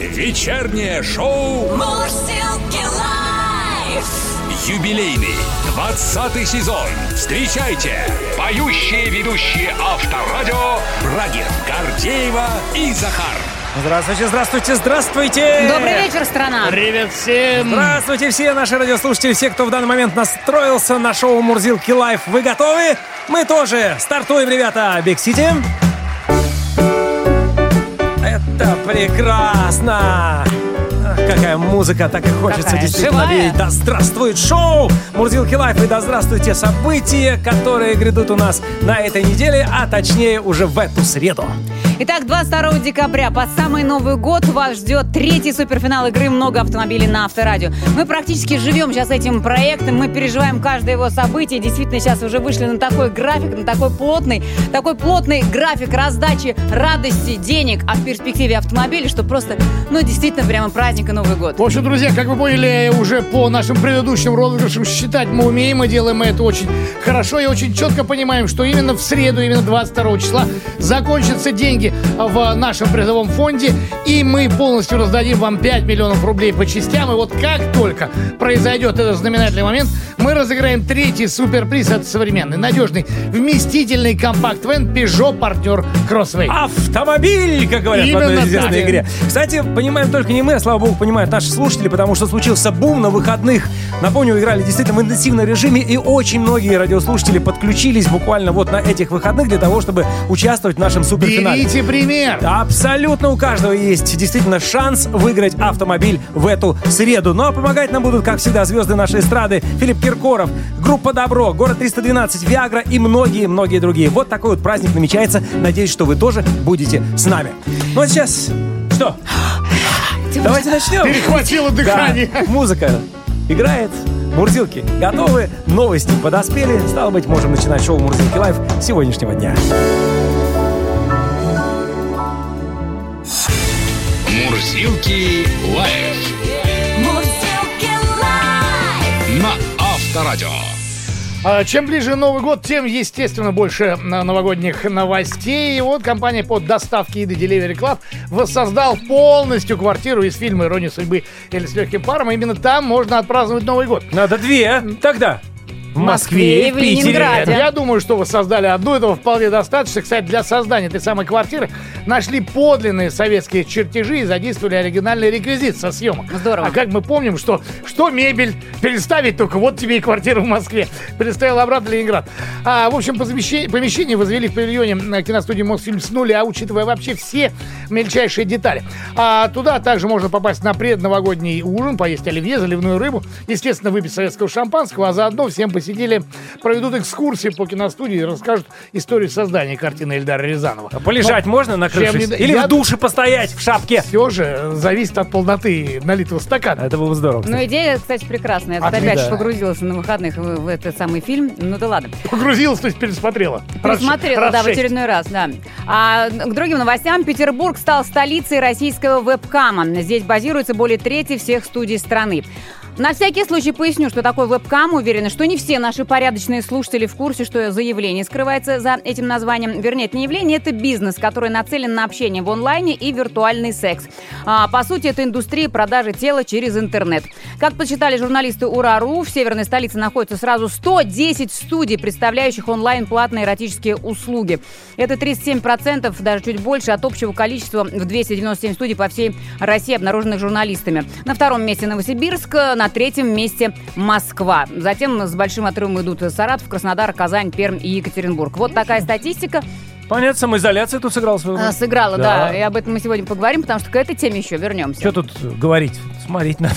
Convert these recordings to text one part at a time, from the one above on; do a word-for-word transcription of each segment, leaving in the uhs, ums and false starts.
Вечернее шоу Мурзилки лайф. Юбилейный двадцатый сезон. Встречайте поющие ведущие Авторадио Брагин, Гордеева и Захар. Здравствуйте, здравствуйте, здравствуйте! Добрый вечер, страна! Привет всем! Здравствуйте все наши радиослушатели, все, кто в данный момент настроился на шоу Мурзилки Лайф. Вы готовы? Мы тоже. Стартуем, ребята. Биг Сити. Это прекрасно! Ах, какая музыка, так и хочется Какая действительно живая. видеть. Да здравствует шоу Мурзилки Лайф и да здравствуйте события, которые грядут у нас на этой неделе, а точнее уже в эту среду. Итак, двадцать второго декабря под самый Новый год вас ждет третий суперфинал игры «Много автомобилей» на Авторадио. Мы практически живем сейчас этим проектом, мы переживаем каждое его событие. Действительно, сейчас уже вышли на такой график, на такой плотный, такой плотный график раздачи радости, денег, а в перспективе автомобилей, что просто, ну, действительно, прямо праздник и Новый год. В общем, друзья, как вы поняли уже по нашим предыдущим розыгрышам, считать мы умеем, мы делаем мы это очень хорошо и очень четко понимаем, что именно в среду, именно двадцать второго числа закончатся деньги в нашем призовом фонде, и мы полностью раздадим вам пять миллионов рублей по частям. И вот как только произойдет этот знаменательный момент, мы разыграем третий суперприз. Это современный, надежный, вместительный компакт-вэн Peugeot партнер Crossway. Автомобиль, как говорят Именно в одной известной так. игре. Кстати, понимаем только не мы, а слава богу, понимают наши слушатели, потому что случился бум на выходных. Напомню, играли действительно в интенсивном режиме, и очень многие радиослушатели подключились буквально вот на этих выходных для того, чтобы участвовать в нашем суперфинале. Берите пример. Абсолютно у каждого есть действительно шанс выиграть автомобиль в эту среду. Ну а помогать нам будут, как всегда, звезды нашей эстрады: Филипп Киркоров, группа «Добро», «Город триста двенадцать», «Виагра» и многие-многие другие. Вот такой вот праздник намечается. Надеюсь, что вы тоже будете с нами. Ну а сейчас что? Давайте начнем. Перехватило дыхание. Да, музыка играет. Мурзилки готовы, новости подоспели. Стало быть, можем начинать шоу Мурзилки Лайф с сегодняшнего дня. Мурзилки Лайф Мурзилки лайф. на Авторадио. А Чем ближе Новый год, тем, естественно, больше на- новогодних новостей. И вот компания по доставке еды Delivery Club воссоздал полностью квартиру из фильма «Ирония судьбы» или «С легким паром». И именно там можно отпраздновать Новый год. Надо две. Тогда в Москве и в в Питере. Ленинграде. Я думаю, что вы создали одну, этого вполне достаточно. Кстати, для создания этой самой квартиры нашли подлинные советские чертежи и задействовали оригинальный реквизит со съемок. Здорово. А как мы помним, что, что мебель переставить только, вот тебе и квартира в Москве. Переставил обратно Ленинград. А, в общем, помещение, помещение возвели в павильоне на киностудии «Мосфильм» с нуля, учитывая вообще все мельчайшие детали. А туда также можно попасть на предновогодний ужин, поесть оливье, заливную рыбу, естественно, выпить советского шампанского, а заодно всем посетили, проведут экскурсии по киностудии и расскажут историю создания картины Эльдара Рязанова. А полежать Но можно, накрывшись? чем не- Или я- в душе постоять в шапке? Все же зависит от полноты налитого стакана. Это было бы здорово, Ну, кстати. идея, кстати, прекрасная. Я тут Отлично. опять же погрузилась на выходных в, в этот самый фильм. Ну да ладно. Погрузилась, то есть пересмотрела. Раз ш- Пересмотрела, раз да, в шесть. очередной раз, да. А к другим новостям. Петербург стал столицей российского вебкама. Здесь базируется более трети всех студий страны. На всякий случай поясню, что такое вебкам. Уверена, что не все наши порядочные слушатели в курсе, что заявление скрывается за этим названием. Вернее, это не явление, это бизнес, который нацелен на общение в онлайне и виртуальный секс. А, по сути, это индустрия продажи тела через интернет. Как подсчитали журналисты Ура.ру, в северной столице находится сразу сто десять студий, представляющих онлайн платные эротические услуги. Это тридцать семь процентов, даже чуть больше, от общего количества в двести девяносто семь студий по всей России, обнаруженных журналистами. На втором месте Новосибирск, на третьем месте Москва. Затем с большим отрывом идут Саратов, Краснодар, Казань, Пермь и Екатеринбург. Вот такая статистика. Понятно, самоизоляция тут сыграла свою роль. А, сыграла, да. Да. И об этом мы сегодня поговорим, потому что к этой теме еще вернемся. Что тут говорить? Смотреть надо.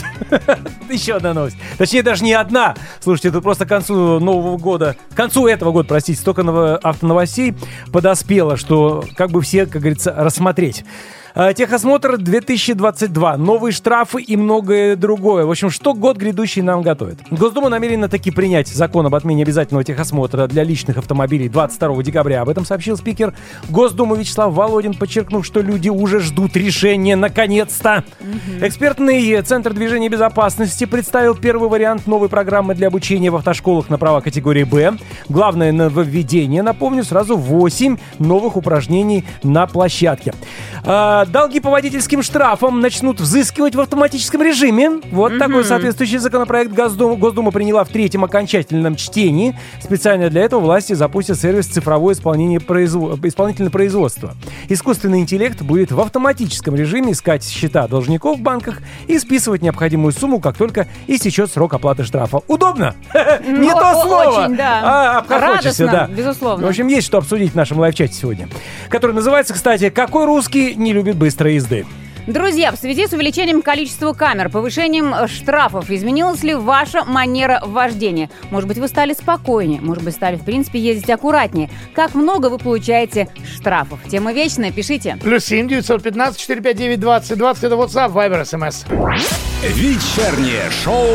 Еще одна новость. Точнее, даже не одна. Слушайте, тут просто к концу Нового года, к концу этого года, простите, столько ново- автоновостей подоспело, что как бы все, как говорится, рассмотреть. А, Техосмотр две тысячи двадцать два, новые штрафы и многое другое. В общем, что год грядущий нам готовит? Госдума намерена таки принять закон об отмене обязательного техосмотра для личных автомобилей двадцать второго декабря. Об этом сообщил спикер Госдумы Вячеслав Володин, подчеркнув, что люди уже ждут решения наконец-то. Mm-hmm. Экспертный центр движения безопасности представил первый вариант новой программы для обучения в автошколах на права категории «Б». Главное нововведение, напомню, сразу восемь новых упражнений на площадке. А, А, долги по водительским штрафам начнут взыскивать в автоматическом режиме. Вот mm-hmm. такой соответствующий законопроект Госдума, Госдума приняла в третьем окончательном чтении. Специально для этого власти запустят сервис «Цифровое исполнение производ... исполнительное производство». Искусственный интеллект будет в автоматическом режиме искать счета должников в банках и списывать необходимую сумму, как только истечет срок оплаты штрафа. Удобно? Не то слово! Очень, да. А, обхохочешься, да. Безусловно. В общем, есть что обсудить в нашем лайв-чате сегодня, который называется, кстати, «Какой русский не любит быстрой езды?». Друзья, в связи с увеличением количества камер, повышением штрафов, изменилась ли ваша манера вождения? Может быть, вы стали спокойнее, может быть, стали, в принципе, ездить аккуратнее. Как много вы получаете штрафов? Тема вечная, пишите. Плюс семь девятьсот пятнадцать четыреста пятьдесят девять двадцать двадцать, это WhatsApp, Viber, эс эм эс. Вечернее шоу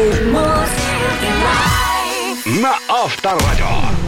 на Авторадио.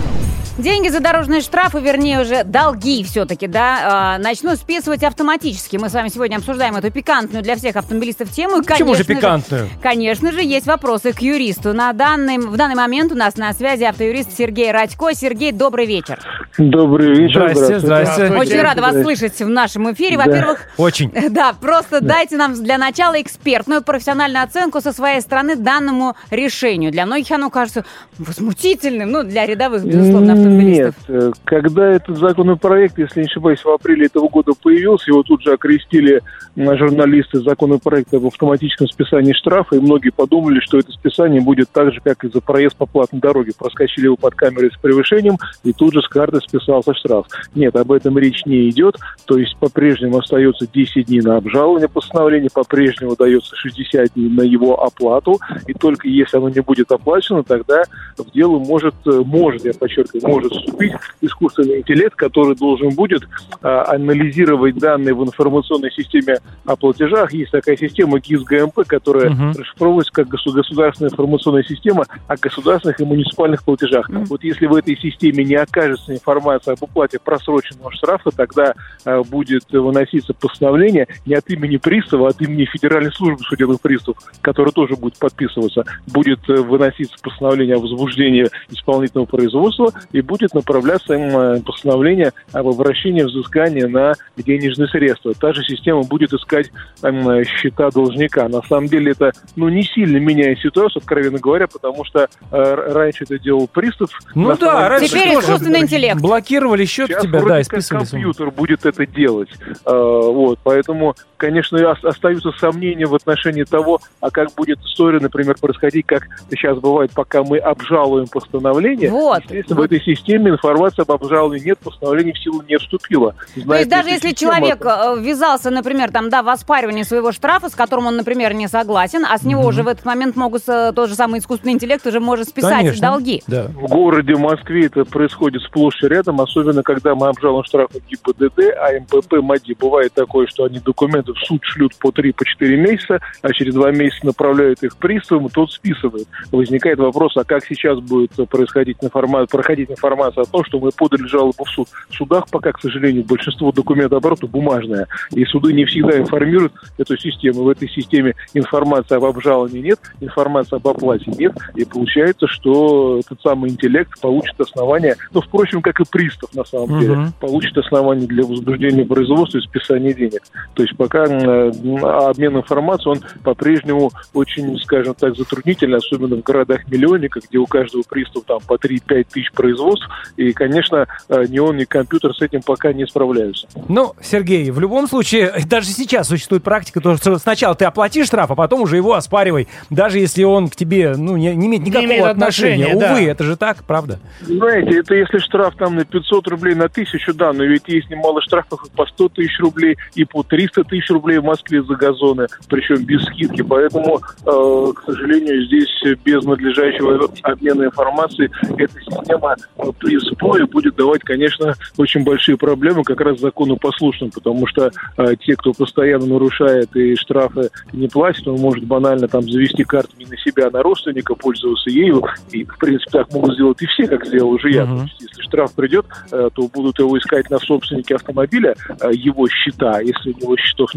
Деньги за дорожные штрафы, вернее уже долги все-таки, да, э, начнут списывать автоматически. Мы с вами сегодня обсуждаем эту пикантную для всех автомобилистов тему. И, Почему же пикантную? Же, конечно же, есть вопросы к юристу. На данный, в данный момент у нас на связи автоюрист Сергей Радько. Сергей, добрый вечер. Добрый вечер. Здрасте, здрасте. Очень рада вас слышать в нашем эфире. Да. Во-первых, Очень. Да, просто да. дайте нам для начала экспертную профессиональную оценку со своей стороны данному решению. Для многих оно кажется возмутительным, ну, для рядовых, безусловно, автомобилистов. Нет, когда этот законопроект, если не ошибаюсь, в апреле этого года появился, его тут же окрестили журналисты законопроекта об автоматическом списании штрафа, и многие подумали, что это списание будет так же, как и за проезд по платной дороге. Проскочили его под камерой с превышением, и тут же с карты списался штраф. Нет, об этом речь не идет, то есть по-прежнему остается десять дней на обжалование постановления, по-прежнему дается шестьдесят дней на его оплату, и только если оно не будет оплачено, тогда в дело может, может, я подчеркиваю, может вступить искусственный интеллект, который должен будет а, анализировать данные в информационной системе о платежах. Есть такая система ГИС-ГМП, которая uh-huh. расшифровывается как государственная информационная система о государственных и муниципальных платежах. Uh-huh. Вот если в этой системе не окажется информация об уплате просроченного штрафа, тогда а, будет выноситься постановление не от имени пристава, а от имени Федеральной службы судебных приставов, которое тоже будет подписываться. Будет выноситься постановление о возбуждении исполнительного производства и будет направляться им постановление об обращении взыскания на денежные средства. Та же система будет искать э, счета должника. На самом деле это ну, не сильно меняет ситуацию, откровенно говоря, потому что э, раньше это делал пристав. Ну да, раньше теперь искусственный интеллект. Блокировали счет Сейчас тебя, вроде да, и как списывали. Компьютер сумму. Будет это делать. Э, вот, поэтому, конечно, остаются сомнения в отношении того, а как будет история, например, происходить, как сейчас бывает, пока мы обжалуем постановление. Вот. Естественно, вот. В этой системе информация об обжаловании нет, постановление в силу не вступило. Знаете, то есть даже если система... человек ввязался, например, там, да, в оспаривание своего штрафа, с которым он, например, не согласен, а с него mm-hmm. уже в этот момент могут тот же самый искусственный интеллект уже может списать Конечно. долги. Да. В городе Москве это происходит сплошь и рядом, особенно когда мы обжалуем штрафы ГИБДД, АМПП, МАДИ. Бывает такое, что они документы в суд шлют по три-четыре месяца, а через два месяца направляют их приставам, и тот списывает. Возникает вопрос, а как сейчас будет происходить информация, проходить информация о том, что мы подали жалобу в суд. В судах пока, к сожалению, большинство документооборота бумажное, и суды не всегда информируют эту систему. В этой системе информации об обжаловании нет, информации об оплате нет, и получается, что этот самый интеллект получит основания, ну, впрочем, как и пристав, на самом деле, uh-huh. получит основания для возбуждения производства и списания денег. То есть пока э, обмен информацией, он по-прежнему очень, скажем так, затруднительный, особенно в городах-миллионниках, где у каждого пристава там по три-пять тысяч производств, и, конечно, ни он, ни компьютер с этим пока не справляются. Ну, Сергей, в любом случае, даже сейчас существует практика, что сначала ты оплатишь штраф, а потом уже его оспаривай, даже если он к тебе, ну, не, не имеет никакого не имеет отношения. отношения. Увы, да. Это же так, правда? Знаете, это если штраф там на пятьсот рублей, на тысячу, да, но ведь есть немало штрафов и по сто тысяч рублей, и по триста тысяч рублей в Москве за газоны, причем без скидки, поэтому, э, к сожалению, здесь без надлежащего обмена информацией эта система при сбое будет давать, конечно, очень большие проблемы как раз законопослушным, потому что э, те, кто постоянно нарушает и штрафы не платит, он может банально там завести карту не на себя, а на родственника, пользоваться ею, и, в принципе, так могут сделать и все, как сделал уже я. Uh-huh. То есть, если штраф придет, э, то будут его искать на собственнике автомобиля, э, его счета, если у него счетов нет,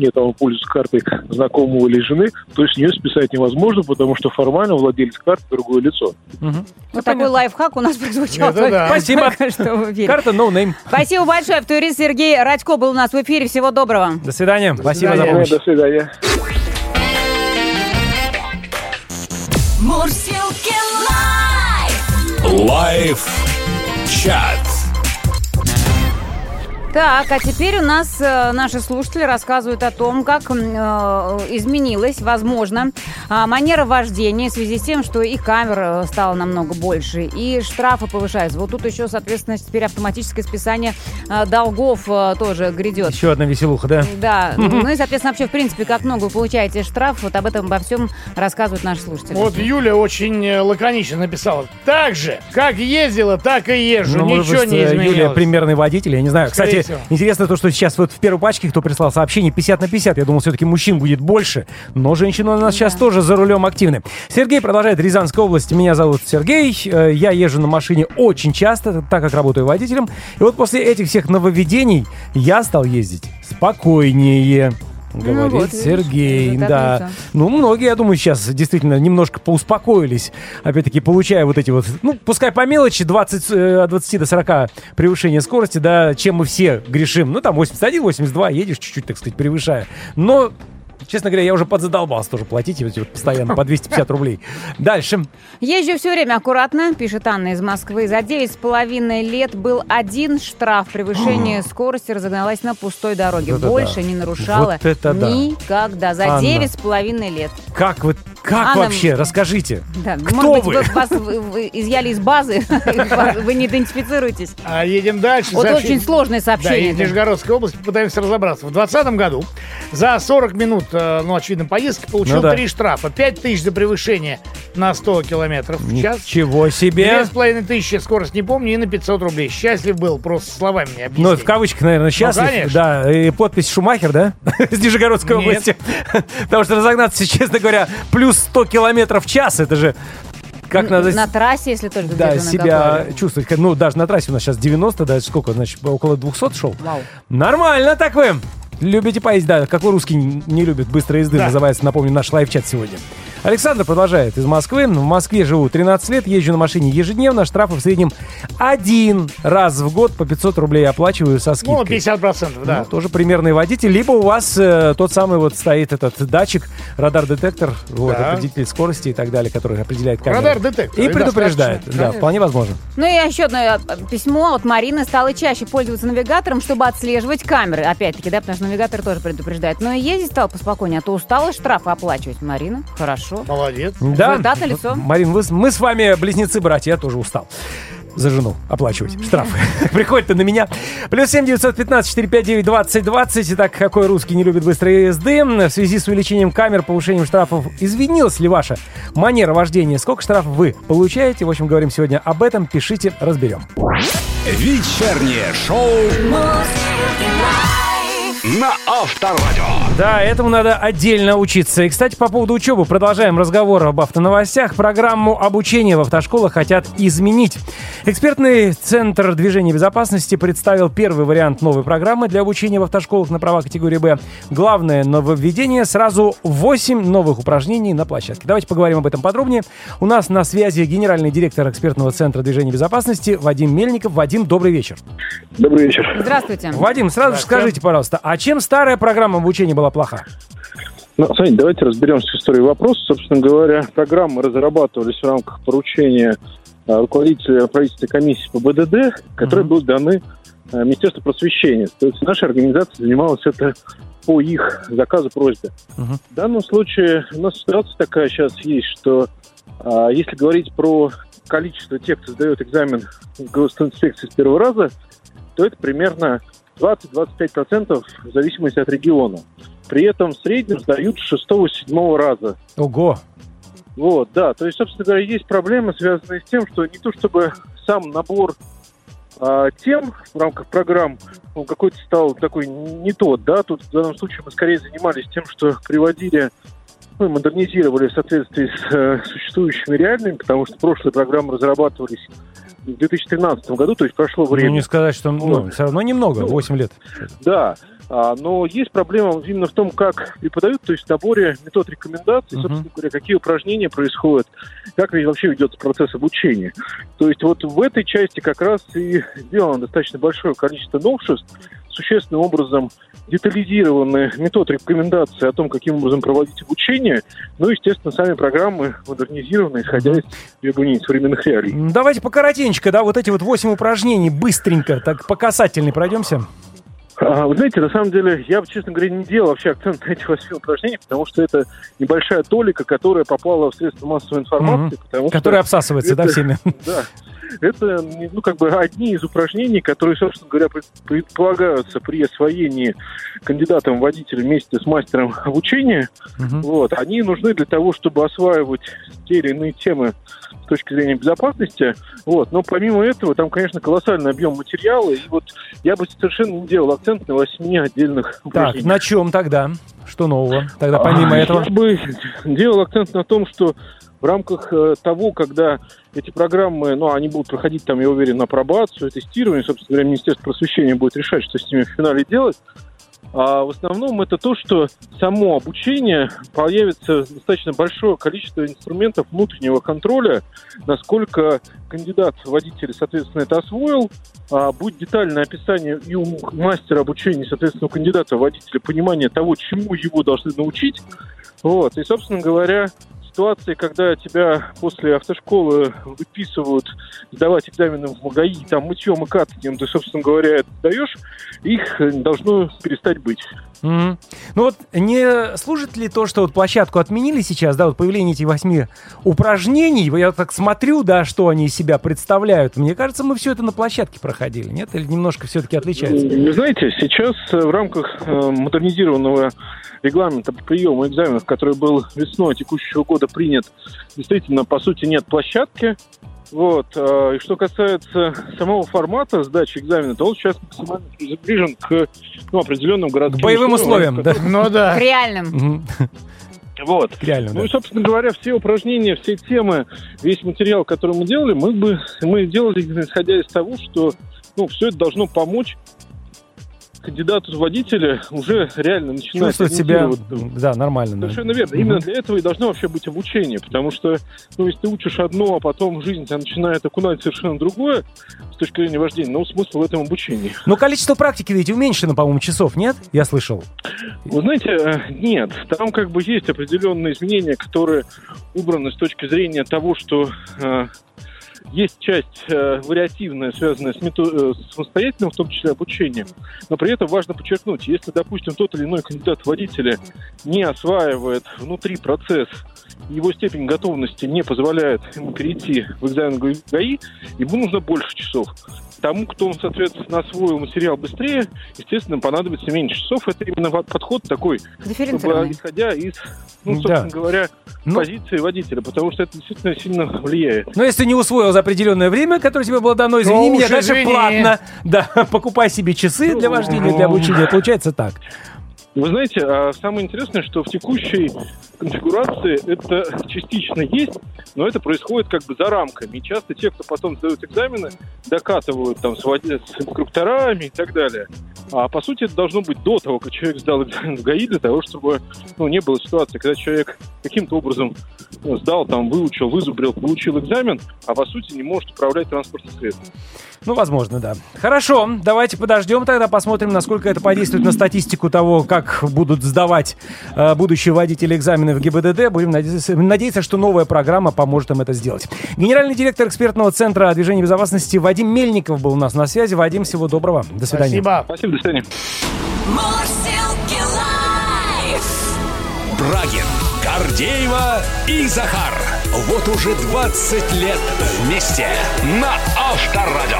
машине, там он пользуется картой знакомого или жены, то с нее списать невозможно, потому что формально владелец карты другое лицо. Угу. Вот такой лайфхак у нас прозвучал. Это да. Спасибо. Что в эфире. Карта no name. Спасибо большое. Турист Сергей Радько был у нас в эфире. Всего доброго. До свидания. Спасибо за свидания. помощь. До свидания. Мурзилки лайф. Лайф чат. Так, а теперь у нас э, наши слушатели рассказывают о том, как э, изменилась, возможно, э, манера вождения в связи с тем, что и камер э, стало намного больше, и штрафы повышаются. Вот тут еще, соответственно, теперь автоматическое списание э, долгов э, тоже грядет. Еще одна веселуха, да? Да, ну и, соответственно, вообще, в принципе, как много вы получаете штраф, вот об этом обо всем рассказывают наши слушатели. Вот Юля очень э, лаконично написала. Так же, как ездила, так и езжу. Ну, может Ничего быть, не Юлия изменилось. примерный водитель, я не знаю. Скорее Кстати, всего. интересно то, что сейчас вот в первой пачке, кто прислал сообщение, пятьдесят на пятьдесят. Я думал, все-таки мужчин будет больше, но женщины у нас сейчас тоже за рулем активны. Сергей продолжает. Рязанская область. Меня зовут Сергей. Э, Я езжу на машине очень часто, так как работаю водителем. И вот после этих всех нововведений я стал ездить спокойнее. Говорит вот, видишь, Сергей, результат да. налицо. Ну, многие, я думаю, сейчас действительно немножко поуспокоились, опять-таки, получая вот эти вот, ну, пускай по мелочи, двадцать, э, от двадцати до сорока превышение скорости, да, чем мы все грешим. Ну, там восемьдесят один, восемьдесят два, едешь чуть-чуть, так сказать, превышая. Но, честно говоря, я уже подзадолбался тоже платить вот эти вот постоянно по двести пятьдесят рублей. Дальше. Езжу все время аккуратно, пишет Анна из Москвы. За девять с половиной лет был один штраф. Превышение скорости, разогналась на пустой дороге. Вот это Больше да. не нарушала Вот это да. никогда. За Анна. девять с половиной лет. Как вы, как Анна, вообще? Расскажите. Да, Кто может вы? быть, вы- вас вы- вы изъяли из базы, вы не идентифицируетесь. А едем дальше. Вот Сообщение. очень сложное Да, сообщение. из Нижегородской области попытаемся разобраться. В двадцатом году за сорок минут, э, ну, очевидно, поездки получил Ну да. три штрафа. пять тысяч за превышение на сто километров в час. Ничего себе. Две с половиной тысячи, скорость не помню, и на пятьсот рублей. Счастлив был, просто словами не объяснить. Ну, в кавычках, наверное, счастлив. конечно. Да, и подпись Шумахер, да? Из Нижегородской Нет. области. Потому что разогнаться, честно говоря, плюс сто километров в час, это же как надо... На трассе, если только Да, где-то на себя которой. чувствовать. Ну, даже на трассе у нас сейчас девяносто, да, сколько, значит, около двухсот шел. Вау. Нормально так вы. Любите поесть, да. Какой русский не любит быстрой езды, Да. называется, напомню, наш лайв-чат сегодня. Александр продолжает из Москвы. В Москве живу тринадцать лет, езжу на машине ежедневно, штрафы в среднем один раз в год по пятьсот рублей оплачиваю со скидкой. Ну, пятьдесят процентов, да. Ну, тоже примерный водитель. Либо у вас э, тот самый вот стоит этот датчик, радар-детектор, вот, Да. определитель скорости и так далее, который определяет камеру. Радар-детектор, И да, предупреждает. достаточно, Да, конечно. вполне возможно. Ну и еще одно э, письмо от Марины. Стала чаще пользоваться навигатором, чтобы отслеживать камеры. Опять-таки, да, потому что навигатор тоже предупреждает. Но и ездить стал поспокойнее, а то устала штрафы оплачивать. Марина, хорошо. Молодец. Да. Результат налицо. Марин, вы, с- мы с вами близнецы-братья, я тоже устал. За жену оплачивать штрафы. Приходит-то на меня. Плюс семь девятьсот пятнадцать четыре пять девять двадцать двадцать. Итак, какой русский не любит быстрой езды? В связи с увеличением камер, повышением штрафов, изменилась ли ваша манера вождения? Сколько штрафов вы получаете? В общем, говорим сегодня об этом. Пишите, разберем. Вечернее шоу Мурзилки лайф. на Авторадио. Да, этому надо отдельно учиться. И, кстати, по поводу учебы продолжаем разговор об автоновостях. Программу обучения в автошколах хотят изменить. Экспертный центр движения безопасности представил первый вариант новой программы для обучения в автошколах на права категории «Б». Главное нововведение – сразу восемь новых упражнений на площадке. Давайте поговорим об этом подробнее. У нас на связи генеральный директор экспертного центра движения безопасности Вадим Мельников. Вадим, добрый вечер. Добрый вечер. Здравствуйте. Вадим, сразу же скажите, пожалуйста, а чем старая программа обучения была плоха? Ну, смотрите, давайте разберемся в истории вопроса. Собственно говоря, программы разрабатывались в рамках поручения а, руководителя правительственной комиссии по БДД, которые Мгм. были даны а, Министерству просвещения. То есть наша организация занималась это по их заказу, просьбе. Мгм. В данном случае у нас ситуация такая сейчас есть, что а, если говорить про количество тех, кто сдает экзамен в госинспекции с первого раза, то это примерно двадцать-двадцать пять процентов в зависимости от региона. При этом в среднем сдают с шестого-седьмого раза. Ого! Вот, да. То есть, собственно говоря, есть проблемы, связанные с тем, что не то чтобы сам набор а, тем в рамках программ, он какой-то стал такой не тот, да. Тут в данном случае мы скорее занимались тем, что приводили, ну, и модернизировали в соответствии с э, существующими реальными, потому что прошлые программы разрабатывались в две тысячи тринадцатом году, то есть прошло время. Ну, не сказать, что ну, Вот. все равно немного, Ну, восемь лет. Да, А, но есть проблема именно в том, как преподают, то есть в наборе метод рекомендаций, uh-huh. собственно говоря, какие упражнения происходят, как вообще ведется процесс обучения. То есть вот в этой части как раз и сделано достаточно большое количество новшеств, существенным образом детализированы метод рекомендаций о том, каким образом проводить обучение, ну, естественно, сами программы модернизированы, исходя из требований современных реалий. Давайте покоротенько, да, вот эти вот восемь упражнений быстренько, так по касательной пройдемся. А, вы знаете, на самом деле, я, честно говоря, не делал вообще акцент на этих восьми упражнениях, потому что это небольшая толика, которая попала в средства массовой информации. Mm-hmm. Потому которая что обсасывается, это, да, всеми? Да. Это, ну, как бы одни из упражнений, которые, собственно говоря, предполагаются при освоении кандидатом в водителя вместе с мастером обучения. Uh-huh. Вот. Они нужны для того, чтобы осваивать те или иные темы с точки зрения безопасности. Вот. Но помимо этого, там, конечно, колоссальный объем материала. И вот я бы совершенно не делал акцент на восьми отдельных упражнениях. Так, на чем тогда? Что нового? Тогда помимо а, этого? Я бы делал акцент на том, что в рамках э, того, когда эти программы, ну, они будут проходить, там, я уверен, на апробацию, тестирование, собственно говоря, Министерство просвещения будет решать, что с ними в финале делать. А в основном это то, что само обучение появится достаточно большое количество инструментов внутреннего контроля, насколько кандидат водитель, соответственно, это освоил, а будет детальное описание и у мастера обучения, соответственно, у кандидата водителя понимание того, чему его должны научить. Вот. И, собственно говоря, ситуации, когда тебя после автошколы выписывают сдавать экзамены в МАГАИ, там, мытьем и катанием, ты, собственно говоря, это даешь, их должно перестать быть. Mm-hmm. Ну вот не служит ли то, что вот площадку отменили сейчас, да, вот появление этих восьми упражнений, я так смотрю, да, что они из себя представляют, мне кажется, мы все это на площадке проходили, нет? Или немножко все-таки отличается? Вы знаете, сейчас в рамках э, модернизированного регламента по приему экзаменов, который был весной текущего года принят, действительно, по сути, нет площадки. Вот. И что касается самого формата сдачи экзамена, то он сейчас максимально приближен к, ну, определенным городским к боевым условиям, условиям, да? Ну да. К реальным. Вот. Реально, ну да. и, собственно говоря, все упражнения, все темы, весь материал, который мы делали, мы бы мы делали, исходя из того, что, ну, все это должно помочь кандидату в водителя уже реально начинать чувствовать себя, да, нормально. Совершенно да. верно. Угу. Именно для этого и должно вообще быть обучение, потому что, ну, если ты учишь одно, а потом жизнь тебя начинает окунать совершенно другое с точки зрения вождения, ну, смысл в этом обучении. Но количество практики ведь уменьшено, по-моему, часов, нет? Я слышал. Вы знаете, нет. Там как бы есть определенные изменения, которые убраны с точки зрения того, что э, есть часть э, вариативная, связанная с, мето- э, с самостоятельным, в том числе, обучением. Но при этом важно подчеркнуть, если, допустим, тот или иной кандидат в водителя не осваивает внутри процесс, его степень готовности не позволяет ему перейти в экзамен ГАИ, ему нужно больше часов. Тому, кто, соответственно, освоил материал быстрее, естественно, понадобится меньше часов. Это именно подход такой, чтобы, исходя из, ну, собственно да. говоря, ну, позиции водителя, потому что это действительно сильно влияет. Но если ты не усвоил за определенное время, которое тебе было дано, извини ну, меня, дальше извини. платно. Да, покупай себе часы для вождения, для обучения. Получается так. Вы знаете, а самое интересное, что в текущей конфигурации это частично есть, но это происходит как бы за рамками. И часто те, кто потом сдают экзамены, докатывают там с, вод... с инструкторами и так далее. А по сути это должно быть до того, как человек сдал экзамен в ГАИ, для того, чтобы, ну, не было ситуации, когда человек каким-то образом, ну, сдал, там, выучил, вызубрил, получил экзамен, а по сути не может управлять транспортным средством. Ну, возможно, да. Хорошо, давайте подождем тогда, посмотрим, насколько это подействует на статистику того, как будут сдавать э, будущие водители экзамены в ГИБДД. Будем надеяться, надеяться, что новая программа поможет им это сделать. Генеральный директор экспертного центра движения безопасности Вадим Мельников был у нас на связи. Вадим, всего доброго. До свидания. Спасибо. Спасибо, до свидания. Мурзилки лайф. Брагин, Гордеева и Захар. Вот уже двадцать лет вместе на Авторадио.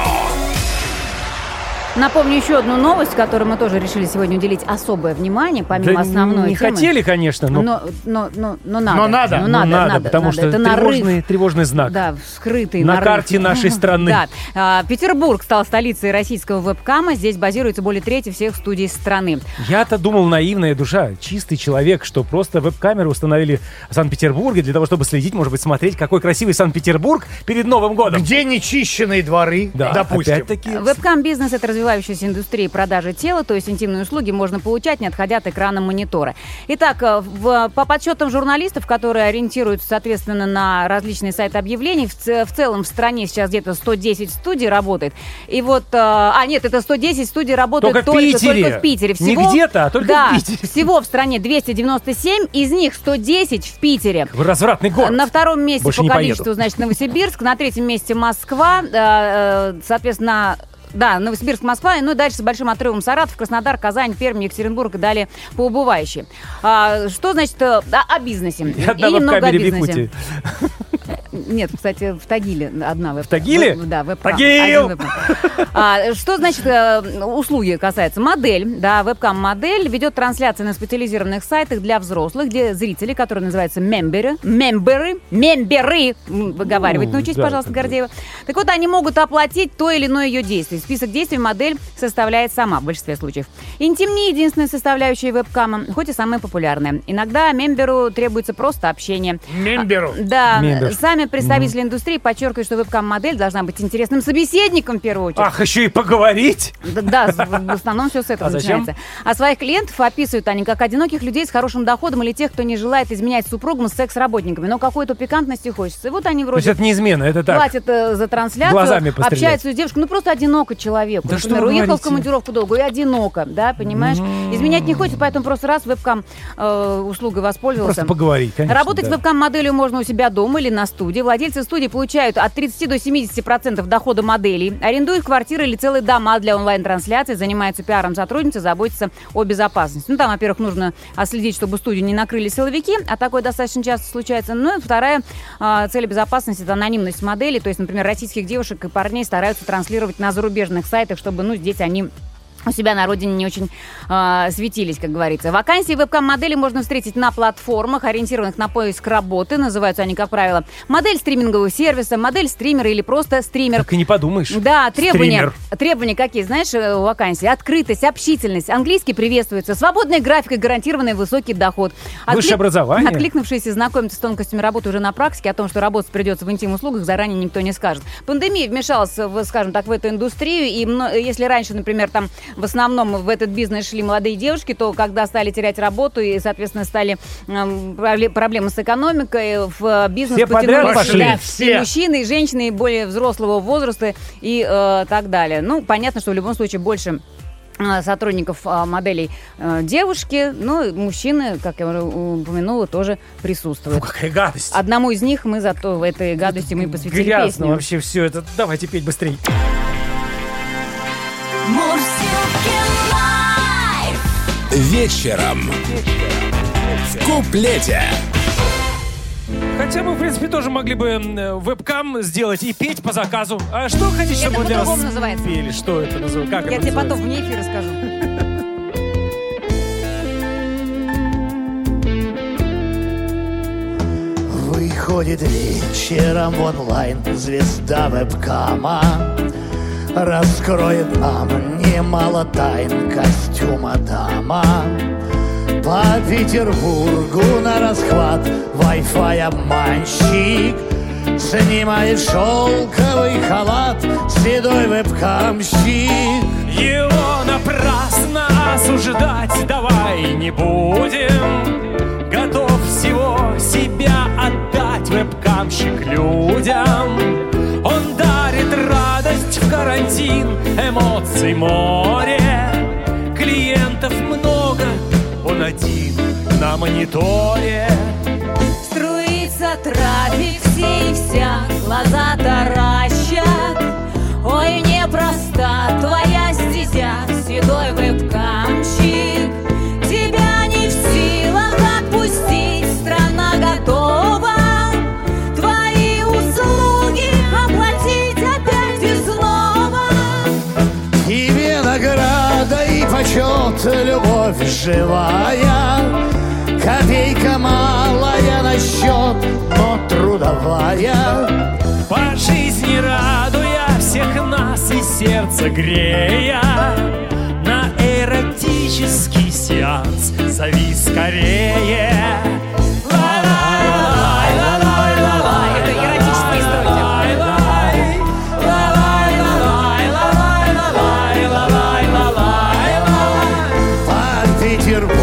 Напомню еще одну новость, которой мы тоже решили сегодня уделить особое внимание, помимо да основной не темы. хотели, конечно, но... Но, но, но, но надо. Но надо. Но Ну, надо, надо, надо, потому надо. что Это тревожный, нарыв. тревожный знак. Да, скрытый На нарыв. карте нашей страны. Да. А, Петербург стал столицей российского веб-кама. Здесь базируется более трети всех студий страны. Я-то думал, наивная душа, чистый человек, что просто веб-камеры установили в Санкт-Петербурге для того, чтобы следить, может быть, смотреть, какой красивый Санкт-Петербург перед Новым годом. Где нечищенные дворы, Да, допустим. опять-таки. Веб-кам-бизнес — это развивающий развивающейся индустрии продажи тела, то есть интимные услуги можно получать, не отходя от экрана монитора. Итак, в, по подсчетам журналистов, которые ориентируются, соответственно, на различные сайты объявлений, в, в целом в стране сейчас где-то сто десять студий работает. И вот, а нет, это сто десять студий работают только, только, в Питере. только в Питере. Всего, не где-то, а только да, в Питере. Всего в стране двести девяносто семь, из них сто десять в Питере. Развратный город. На втором месте Больше по не количеству, поеду. значит, Новосибирск, на третьем месте Москва, соответственно, да, Новосибирск, Москва, ну и дальше с большим отрывом Саратов, Краснодар, Казань, Пермь, Екатеринбург и далее по убывающей. А, что значит о, о бизнесе? И одна и немного о веб-камере в бизнесе. Якутии. Нет, кстати, в Тагиле одна веб. В Тагиле? Веб, да, веб-кам. Тагил! Один веб-кам. А, что значит э, услуги касается? Модель, да, веб-кам-модель ведет трансляции на специализированных сайтах для взрослых, где зрители, которые называются мемберы, мемберы, мемберы, выговаривать Ну, научись, да, пожалуйста, это- Гордеева. Так вот, они могут оплатить то или иное ее действие. Список действий модель составляет сама в большинстве случаев. Интим не единственная составляющая веб-кама, хоть и самая популярная. Иногда мемберу требуется просто общение. Мемберу. А, Да, Мембер. сами представители индустрии подчеркивают, что веб-кам-модель должна быть интересным собеседником в первую очередь. Ах, еще и поговорить. Да, да, в в основном все с этого А зачем? начинается. А своих клиентов описывают они как одиноких людей с хорошим доходом или тех, кто не желает изменять супругам с секс-работниками, но какой-то пикантности хочется. И вот они То есть вроде это не измена, это так. платят э, за трансляцию, Глазами пострелять. общаются с девушкой, ну просто одиноко человеку. Да что Например, вы уехал в говорите? командировку долго и одиноко, да, понимаешь? Изменять не хочет, поэтому просто раз вебкам э, услугой воспользовался. Просто поговорить, конечно. Работать да. вебкам-моделью можно у себя дома или на студии. Владельцы студии получают от тридцати до семидесяти процентов дохода моделей, арендуют квартиры или целые дома для онлайн-трансляций, занимаются пиаром сотрудницы, заботятся о безопасности. Ну, там, во-первых, нужно следить, чтобы студию не накрыли силовики, а такое достаточно часто случается. Ну, и вторая э, цель безопасности – это анонимность моделей. То есть, например, российских девушек и парней стараются транслировать на зарубежных сайтах, чтобы, ну, здесь они у себя на родине не очень э, светились, как говорится. Вакансии вебкам-модели можно встретить на платформах, ориентированных на поиск работы. Называются они, как правило, модель стримингового сервиса, модель стримера или просто стример. Так и не подумаешь. Да, требования, Стример. требования какие, знаешь, у вакансий? Открытость, общительность, английский приветствуется, свободная графика, гарантированный высокий доход. Высшее образование. Откликнувшиеся знакомиться с тонкостями работы уже на практике, о том, что работать придется в интим-услугах, заранее никто не скажет. Пандемия вмешалась, в, скажем так, в эту индустрию, и мно- если раньше, например, там в основном в этот бизнес шли молодые девушки, то когда стали терять работу и, соответственно, стали эм, пробле- проблемы с экономикой, в бизнес Все подряд потянулись, пошли. да, Все. и мужчины, и женщины, и более взрослого возраста и э, так далее. Ну, понятно, что в любом случае больше э, сотрудников э, моделей э, девушки, но мужчины, как я уже упомянула, тоже Фу, присутствуют. какая гадость. Одному из них мы зато в этой гадости мы посвятили Грязно песню. вообще все это. Давайте петь быстрее. Мурзилки лайф. Вечером. В куплете. Хотя мы, в принципе, тоже могли бы э, вебкам сделать и петь по заказу. А что хотите, чтобы Это мы для вас по-другому называется. пели? Что это называется? Как Я это тебе называется? потом вне эфира скажу. Выходит вечером в онлайн звезда вебкама, раскроет нам немало тайн костюма дама. По Петербургу на расхват Wi-Fi обманщик снимает шелковый халат седой вебкамщик. Его напрасно осуждать давай не будем. Готов всего себя отдать вебкамщик людям. Он дарит радость в карантин, эмоций море. Клиентов много, он один на мониторе. Струится трафик, все и вся глаза таращат. Ой, непроста твоя стезя, седой вебкамщик. Тебя не в силах отпустить, страна готова твои услуги оплатить опять и снова. Тебе награда и почет, любовь живая. Копейка малая на счет, но трудовая. По жизни радуя всех нас и сердце грея, на эротический сеанс зови скорее. Это эротические строки.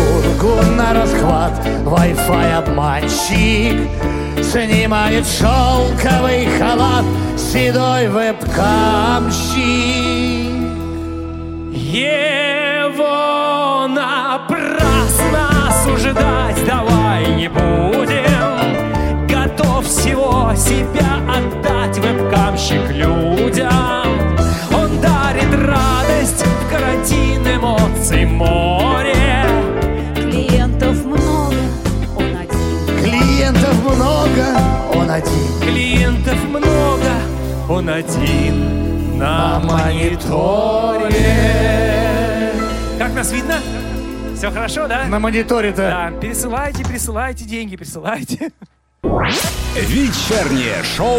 Петербургу на расхват Wi-Fi обманщик снимает шелковый халат седой вебкамщик. Его напрасно осуждать давай не будем. Готов всего себя отдать вебкамщик людям. Он дарит радость в карантин, эмоций море. Клиентов много, он один. Клиентов много, он один. Клиентов много, он один на мониторе. Как нас видно? Все хорошо, да? На мониторе-то. Да, пересылайте, пересылайте деньги, пересылайте. Вечернее шоу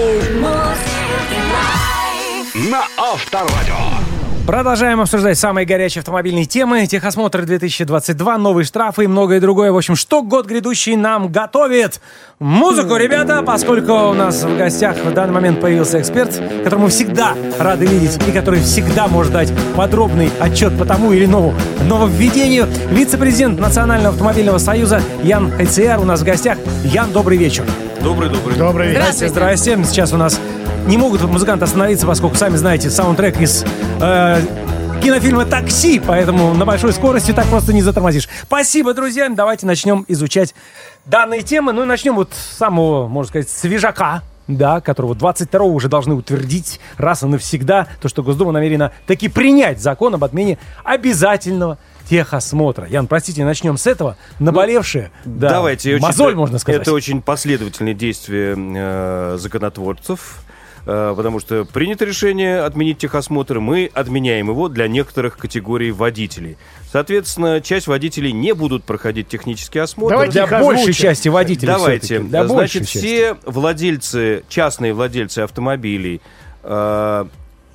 на Авторадио. Продолжаем обсуждать самые горячие автомобильные темы. Техосмотр две тысячи двадцать два, новые штрафы и многое другое. В общем, что год грядущий нам готовит? Музыку, ребята, поскольку у нас в гостях в данный момент появился эксперт, которого мы всегда рады видеть и который всегда может дать подробный отчет по тому или иному нововведению. Вице-президент Национального автомобильного союза Ян Хайцияр у нас в гостях. Ян, добрый вечер. Добрый-добрый. Добрый вечер. Здрасте, здрасте. Сейчас у нас не могут музыканты остановиться, поскольку, сами знаете, саундтрек из э, кинофильма «Такси», поэтому на большой скорости так просто не затормозишь. Спасибо, друзья. Давайте начнем изучать данные темы. Ну и начнем вот с самого, можно сказать, свежака, да, которого двадцать второго уже должны утвердить раз и навсегда, то, что Госдума намерена таки принять закон об отмене обязательного техосмотра. Ян, простите, начнем с этого. Наболевшие, ну, да, давайте, мозоль, очень, можно сказать. Это очень последовательные действия э, законотворцев, э, потому что принято решение отменить техосмотр, мы отменяем его для некоторых категорий водителей. Соответственно, часть водителей не будут проходить технический осмотр. Давайте для их большей озвучим. части водителей. Давайте. Для Значит, части. все владельцы, частные владельцы автомобилей э,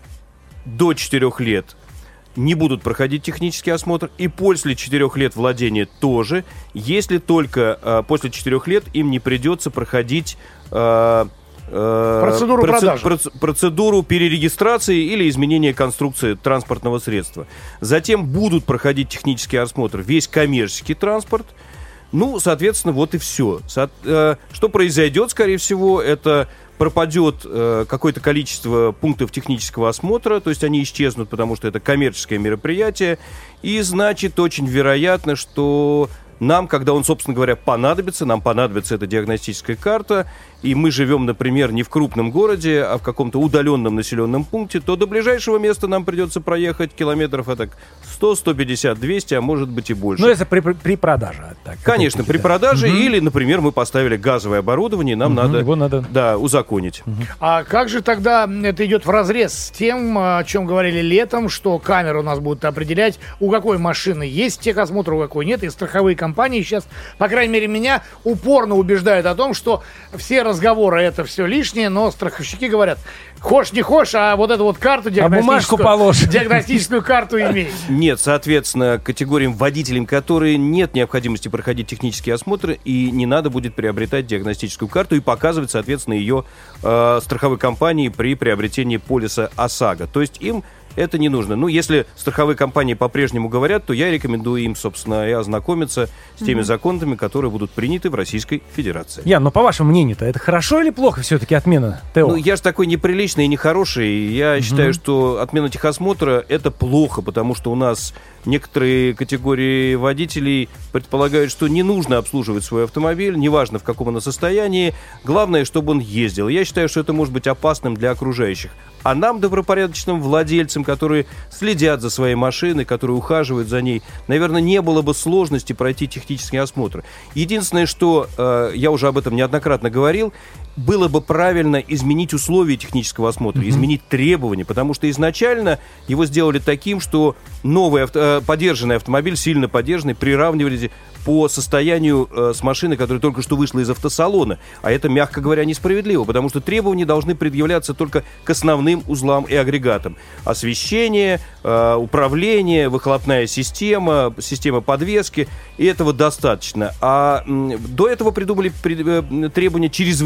до четырех лет не будут проходить технический осмотр, и после четырех лет владения тоже, если только э, после четырех лет им не придется проходить э, э, Процедуру продажи. проц- процедуру перерегистрации или изменения конструкции транспортного средства. Затем будут проходить технический осмотр весь коммерческий транспорт. Ну, соответственно, вот и все. Со- э, что произойдет, скорее всего, это пропадет э, какое-то количество пунктов технического осмотра, то есть они исчезнут, потому что это коммерческое мероприятие, и значит, очень вероятно, что нам, когда он, собственно говоря, понадобится, нам понадобится эта диагностическая карта, и мы живем, например, не в крупном городе, а в каком-то удаленном населенном пункте, то до ближайшего места нам придется проехать километров это сто, сто пятьдесят, двести, а может быть и больше. Ну, это при, при продаже. Так, Конечно, при да. продаже, Мгм. или, например, мы поставили газовое оборудование, нам Мгм, надо, его надо- Да, узаконить. А как же тогда это идет вразрез с тем, о чем говорили летом, что камеры у нас будут определять, у какой машины есть техосмотр, у какой нет, и страховые компании сейчас, по крайней мере, меня упорно убеждают о том, что все разговоры это все лишнее, но страховщики говорят, хошь не хошь, а вот эту вот карту бумажку диагностическую, положь. диагностическую карту имей. Нет, соответственно, категориям водителям, которые нет необходимости проходить технические осмотры, и не надо будет приобретать диагностическую карту и показывать, соответственно, ее э, страховой компании при приобретении полиса ОСАГО. То есть им это не нужно. Ну, если страховые компании по-прежнему говорят, то я рекомендую им, собственно, и ознакомиться с теми mm-hmm. законами, которые будут приняты в Российской Федерации. Ян, ну по вашему мнению-то, это хорошо или плохо все-таки отмена ТО? Ну, я же такой неприличный и нехороший. Я mm-hmm. считаю, что отмена техосмотра — это плохо, потому что у нас некоторые категории водителей предполагают, что не нужно обслуживать свой автомобиль, неважно в каком он состоянии, главное, чтобы он ездил. Я считаю, что это может быть опасным для окружающих. А нам, добропорядочным владельцам, которые следят за своей машиной, которые ухаживают за ней, наверное, не было бы сложности пройти технический осмотр. Единственное, что, э, я уже об этом неоднократно говорил, было бы правильно изменить условия технического осмотра, mm-hmm. изменить требования, потому что изначально его сделали таким, что новый авто, подержанный автомобиль, сильно подержанный, приравнивали по состоянию э, с машиной, которая только что вышла из автосалона. А это, мягко говоря, несправедливо, потому что требования должны предъявляться только к основным узлам и агрегатам. Освещение, э, управление, выхлопная система, система подвески, и этого достаточно. А м, до этого придумали при, э, требования чрезвычайно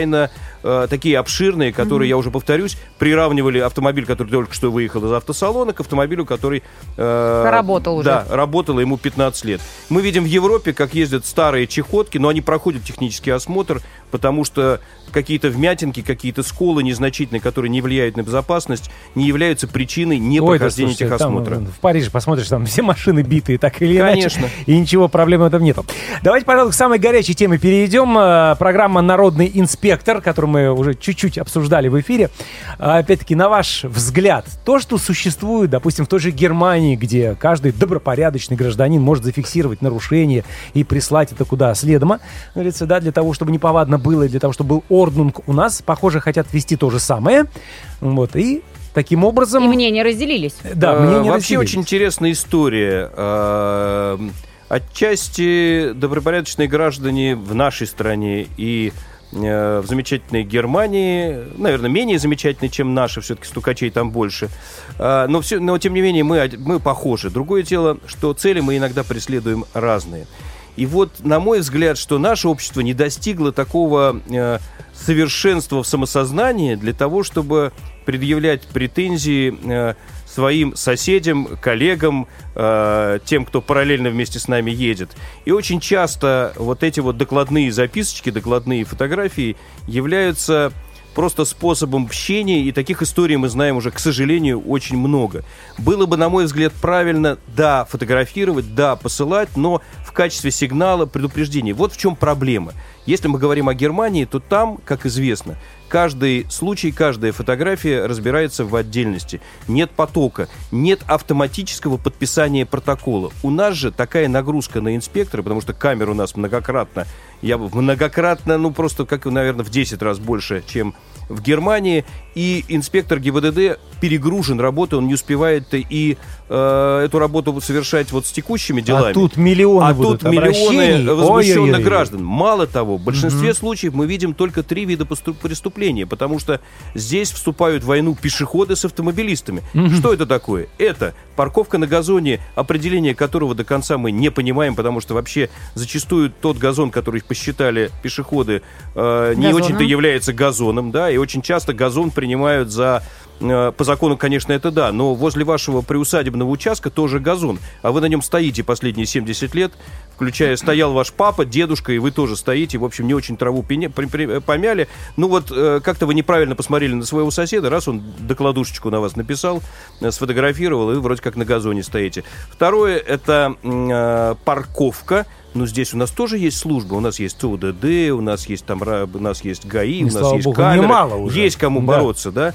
чрезвычайно э, такие обширные, которые, mm-hmm. я уже повторюсь, приравнивали автомобиль, который только что выехал из автосалона, к автомобилю, который... Э, работал уже. Да, работал ему пятнадцать лет. Мы видим в Европе, как ездят старые чехотки, но они проходят технический осмотр, потому что какие-то вмятинки, какие-то сколы незначительные, которые не влияют на безопасность, не являются причиной непрохождения Ой, да, слушайте, техосмотра. Там, в Париже посмотришь, там все машины битые, так или Конечно. иначе. И ничего, проблем в этом нету. Давайте, пожалуй, к самой горячей теме перейдем. Программа «Народный инспектор», которую мы уже чуть-чуть обсуждали в эфире. Опять-таки, на ваш взгляд, то, что существует, допустим, в той же Германии, где каждый добропорядочный гражданин может зафиксировать нарушение и прислать это куда следомо, говорится, да, для того, чтобы неповадно было, и для того, чтобы был орднунг, у нас, похоже, хотят ввести то же самое. Вот, и таким образом... И мнения разделились. Да, мнения Вообще разделились. очень интересная история. Э, Отчасти добропорядочные граждане в нашей стране и э, в замечательной Германии, наверное, менее замечательные, чем наши, все-таки стукачей там больше. Э, но, все, но, тем не менее, мы, мы похожи. Другое дело, что цели мы иногда преследуем разные. И вот, на мой взгляд, что наше общество не достигло такого э, совершенства в самосознании для того, чтобы предъявлять претензии э, своим соседям, коллегам, э, тем, кто параллельно вместе с нами едет. И очень часто вот эти вот докладные записочки, докладные фотографии являются просто способом общения, и таких историй мы знаем уже, к сожалению, очень много. Было бы, на мой взгляд, правильно, да, фотографировать, да, посылать, но в качестве сигнала предупреждения. Вот в чем проблема. Если мы говорим о Германии, то там, как известно, каждый случай, каждая фотография разбирается в отдельности. Нет потока, нет автоматического подписания протокола. У нас же такая нагрузка на инспектора, потому что камер у нас многократно, я бы многократно, ну просто, как, наверное, в десять раз больше, чем в Германии, и инспектор ГИБДД перегружен работой, он не успевает и э, эту работу совершать вот с текущими делами. А тут миллионы а будут тут миллионы возмущенных Ой-ой-ой. граждан. Мало того, в большинстве Угу. случаев мы видим только три вида поступ- преступления, потому что здесь вступают в войну пешеходы с автомобилистами. Угу. Что это такое? Это парковка на газоне, определение которого до конца мы не понимаем, потому что вообще зачастую тот газон, который посчитали пешеходы, э, не Газоном. очень-то является газоном, да, и очень часто газон принимают за... По закону, конечно, это да, но возле вашего приусадебного участка тоже газон, а вы на нем стоите последние семьдесят лет, включая стоял ваш папа, дедушка, и вы тоже стоите, в общем, не очень траву пеня, при, при, помяли. Ну вот, э, как-то вы неправильно посмотрели на своего соседа, раз он докладушечку на вас написал, э, сфотографировал, и вы вроде как на газоне стоите. Второе, это э, парковка. Ну, здесь у нас тоже есть служба, у нас есть ЦУДД, у нас есть там, у нас есть ГАИ, И, у нас слава есть богу, камеры, немало уже. есть кому Да. бороться, да.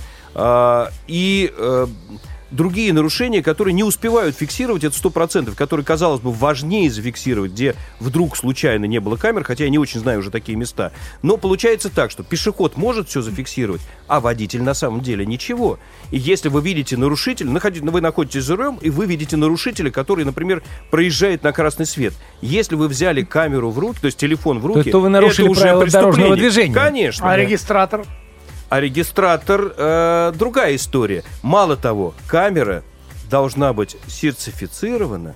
А, и а, другие нарушения, которые не успевают фиксировать, это сто процентов, которые, казалось бы, важнее зафиксировать, где вдруг случайно не было камер, хотя я не очень знаю уже такие места. Но получается так, что пешеход может все зафиксировать, а водитель на самом деле ничего. И если вы видите нарушителя, вы находитесь за рулем, и вы видите нарушителя, который, например, проезжает на красный свет. Если вы взяли камеру в руки, то есть телефон в руки, То, то вы нарушили это уже правила дорожного преступление. движения. Конечно. А да. регистратор? А регистратор э, другая история. Мало того, камера должна быть сертифицирована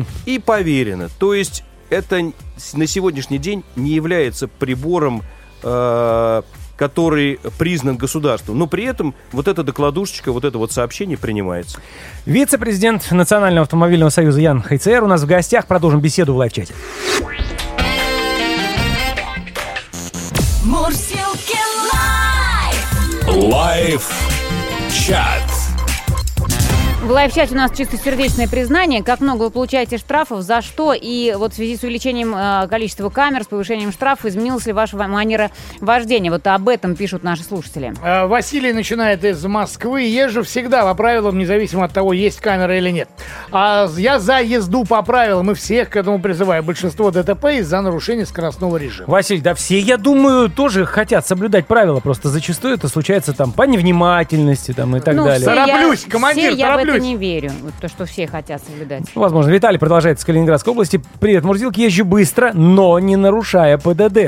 и поверена. То есть это на сегодняшний день не является прибором, э, который признан государством. Но при этом вот эта докладушечка, вот это вот сообщение принимается. Вице-президент Национального автомобильного союза Ян Хайцер у нас в гостях. Продолжим беседу в лайв-чате. Мурсилки лайф. Лайв-чат. В лайв-чате у нас чистосердечное признание. Как много вы получаете штрафов, за что? И вот в связи с увеличением э, количества камер, с повышением штрафов, изменилась ли ваша манера вождения? Вот об этом пишут наши слушатели. Э, Василий начинает из Москвы. Езжу всегда по правилам, независимо от того, есть камера или нет. А я за езду по правилам и всех к этому призываю. Большинство ДТП из-за нарушения скоростного режима. Василий, да все, я думаю, тоже хотят соблюдать правила. Просто зачастую это случается там по невнимательности там, и так Ну, далее. все я- Тороплюсь, командир, все я в это тороплюсь. не верю. Вот то, что все хотят соблюдать. Ну, возможно. Виталий продолжает с Калининградской области. Привет, Мурзилки, езжу быстро, но не нарушая ПДД.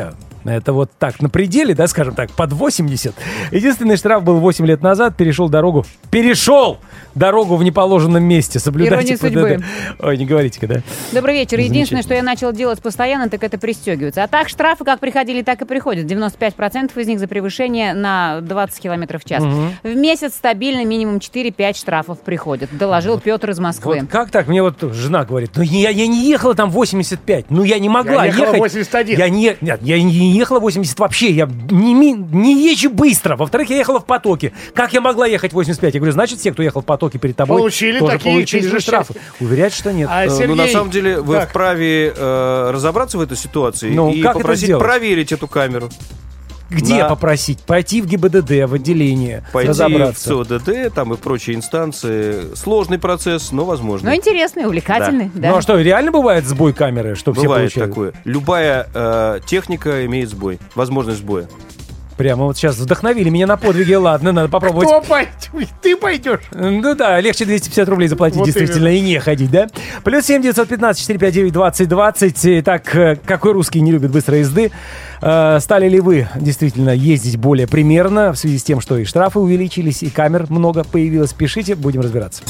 Это вот так, на пределе, да, скажем так, под восемьдесят. Единственный штраф был восемь лет назад. Перешел дорогу. Перешел дорогу в неположенном месте. Соблюдайте Ирония судьбы. ПДД. Ой, не говорите-ка, да? Добрый вечер. Единственное, что я начал делать постоянно, так это пристегиваться. А так штрафы как приходили, так и приходят. девяносто пять процентов из них за превышение на двадцать километров в час. Угу. В месяц стабильно минимум четыре-пять штрафов приходят, доложил вот, Петр из Москвы. Вот как так? Мне вот жена говорит, ну я, я не ехала там восемьдесят пять, ну я не могла я ехать. восемьдесят один. Я не, нет, я не ехала восемьдесят вообще, я не, не езжу быстро. Во-вторых, я ехала в потоке. Как я могла ехать восемьдесят пять? Я говорю, значит, все, кто ехал в потоке перед тобой, получили тоже такие получили же штрафы. Уверяют, что нет. А, Э, Сергей, ну, на самом деле, вы как? вправе э, разобраться в этой ситуации Ну, и как это попросить сделать? проверить эту камеру. Где на- попросить? Пойти в ГИБДД, в отделение, Пойти в разобраться. ЦОДД, там и прочие инстанции. Сложный процесс, но возможно. Ну, интересный, увлекательный. Да. Ну а что, реально бывает сбой камеры, что все Бывает получают? такое. Любая э, техника имеет сбой, возможность сбоя. Прямо вот сейчас вдохновили меня на подвиги. Ладно, надо попробовать. Кто пойдет? Ты пойдешь. Ну да, легче двести пятьдесят рублей заплатить, Вот действительно, и не ходить, да? Плюс семь девятьсот пятнадцать четыре пять девять двадцать двадцать. Итак, э, какой русский не любит быстрой езды? Э, Стали ли вы действительно ездить более примерно в связи с тем, что и штрафы увеличились, и камер много появилось? Пишите, будем разбираться.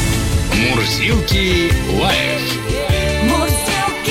Мурзилки лайф Мурзилки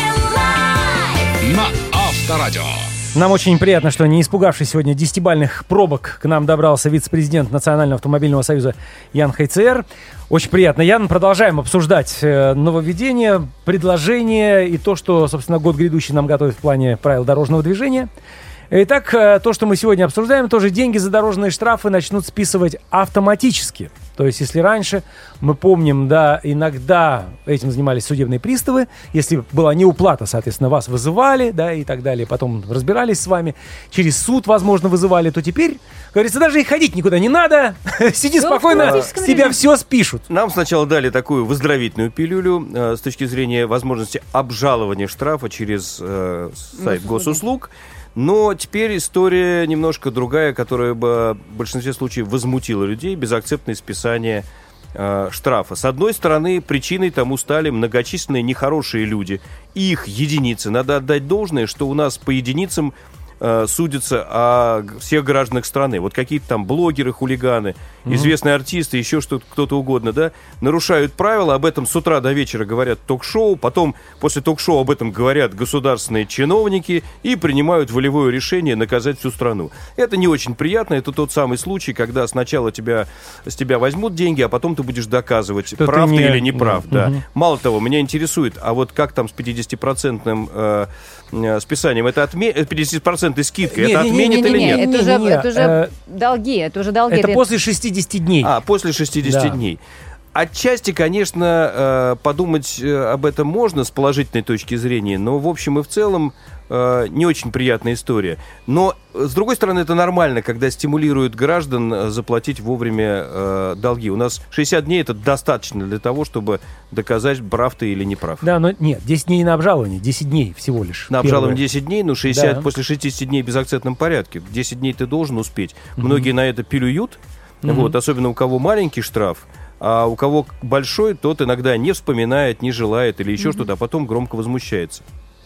лайф. на Авторадио. Нам очень приятно, что, не испугавшись сегодня десятибалльных пробок, к нам добрался вице-президент Национального автомобильного союза Ян Хайцер. Очень приятно. Ян, продолжаем обсуждать э, нововведения, предложения и то, что, собственно, год грядущий нам готовит в плане правил дорожного движения. Итак, э, то, что мы сегодня обсуждаем, тоже деньги за дорожные штрафы начнут списывать автоматически. То есть, если раньше, мы помним, да, иногда этим занимались судебные приставы, если была неуплата, соответственно, вас вызывали, да, и так далее, потом разбирались с вами, через суд, возможно, вызывали, то теперь, говорится, даже и ходить никуда не надо, сиди Всё спокойно, в с автоматическом тебя режиме. все спишут. Нам сначала дали такую выздоровительную пилюлю э, с точки зрения возможности обжалования штрафа через э, сайт госуслуг. Но теперь история немножко другая, которая бы в большинстве случаев возмутила людей. Безакцептное списание э, штрафа. С одной стороны, причиной тому стали многочисленные нехорошие люди. Их единицы. Надо отдать должное, что у нас по единицам э, судятся о всех гражданах страны. Вот какие-то там блогеры, хулиганы, mm-hmm. известные артисты, еще что-то, кто-то угодно, да, нарушают правила, об этом с утра до вечера говорят ток-шоу, потом после ток-шоу об этом говорят государственные чиновники и принимают волевое решение наказать всю страну. Это не очень приятно, это тот самый случай, когда сначала тебя, с тебя возьмут деньги, а потом ты будешь доказывать, Что прав ты ты не- или не прав. Mm-hmm. Да. Мало того, меня интересует, а вот как там с пятидесятипроцентным э, э, списанием, это отме... пятидесятипроцентной скидкой, Не, это не, не, отменит не, или не, нет? не, Это уже, не, это уже э, долги, это уже долги. Это Это- после шестидесяти дней. А, после шестидесяти Да. дней. Отчасти, конечно, э, подумать э, об этом можно с положительной точки зрения, но в общем и в целом э, не очень приятная история. Но, э, с другой стороны, это нормально, когда стимулируют граждан э, заплатить вовремя э, долги. У нас шестьдесят дней — это достаточно для того, чтобы доказать, прав ты или не прав. Да, но нет, десять дней на обжалование, десять дней всего лишь. На Первое. обжалование десять дней, ну шестьдесят Да. после шестидесяти дней в безакцептном порядке. десять дней ты должен успеть. Многие на это пилюют, вот, особенно у кого маленький штраф, а у кого большой, тот иногда не вспоминает, не желает или еще что-то, а потом громко возмущается.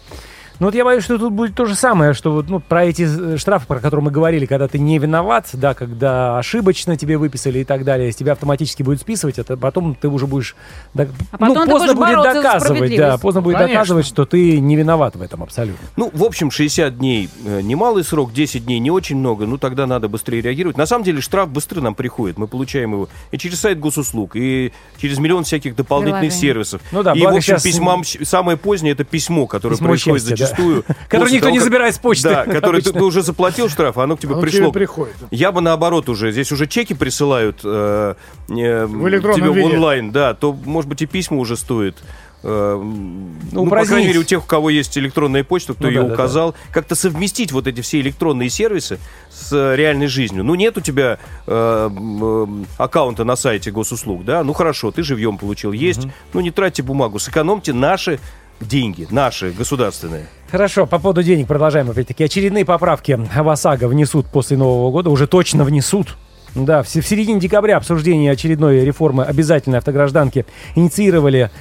Ну вот я боюсь, что тут будет то же самое, что вот, ну, про эти э, штрафы, про которые мы говорили, когда ты не виноват, да, когда ошибочно тебе выписали и так далее, с тебя автоматически будет списывать, это потом ты уже будешь, да, А потом ну, ты поздно будешь будет бороться за доказывать, да, справедливость. поздно будет Конечно. доказывать, что ты не виноват в этом абсолютно. Ну, в общем, шестьдесят дней э, немалый срок, десять дней не очень много, ну тогда надо быстрее реагировать. На самом деле штраф быстро нам приходит, мы получаем его и через сайт госуслуг, и через миллион всяких дополнительных Приложений. сервисов. Ну да, и, в благо общем, сейчас- письмам, самое позднее — это письмо, которое Письмо происходит счастья, да. зачастую. Которое после никто того, не как- забирает с почты. Да, который ты, обычно. ты уже заплатил штраф, а оно к тебе Оно к пришло. тебе приходит. Я бы наоборот уже, здесь уже чеки присылают э, э, В электронном тебе виде. онлайн, да, то, может быть, и письма уже стоит. э, ну, по упразднить. крайней мере, у тех, у кого есть электронная почта, кто Ну ее да, да, указал, как-то совместить вот эти все электронные сервисы с э, реальной жизнью. Ну, нет у тебя э, э, аккаунта на сайте госуслуг, да, ну хорошо, ты живьем получил, есть, ну не тратьте бумагу, сэкономьте наши деньги, наши, государственные. Хорошо, по поводу денег продолжаем опять-таки. Очередные поправки в ОСАГО внесут после Нового года, уже точно внесут. Да, в с- в середине декабря обсуждение очередной реформы обязательной автогражданки инициировали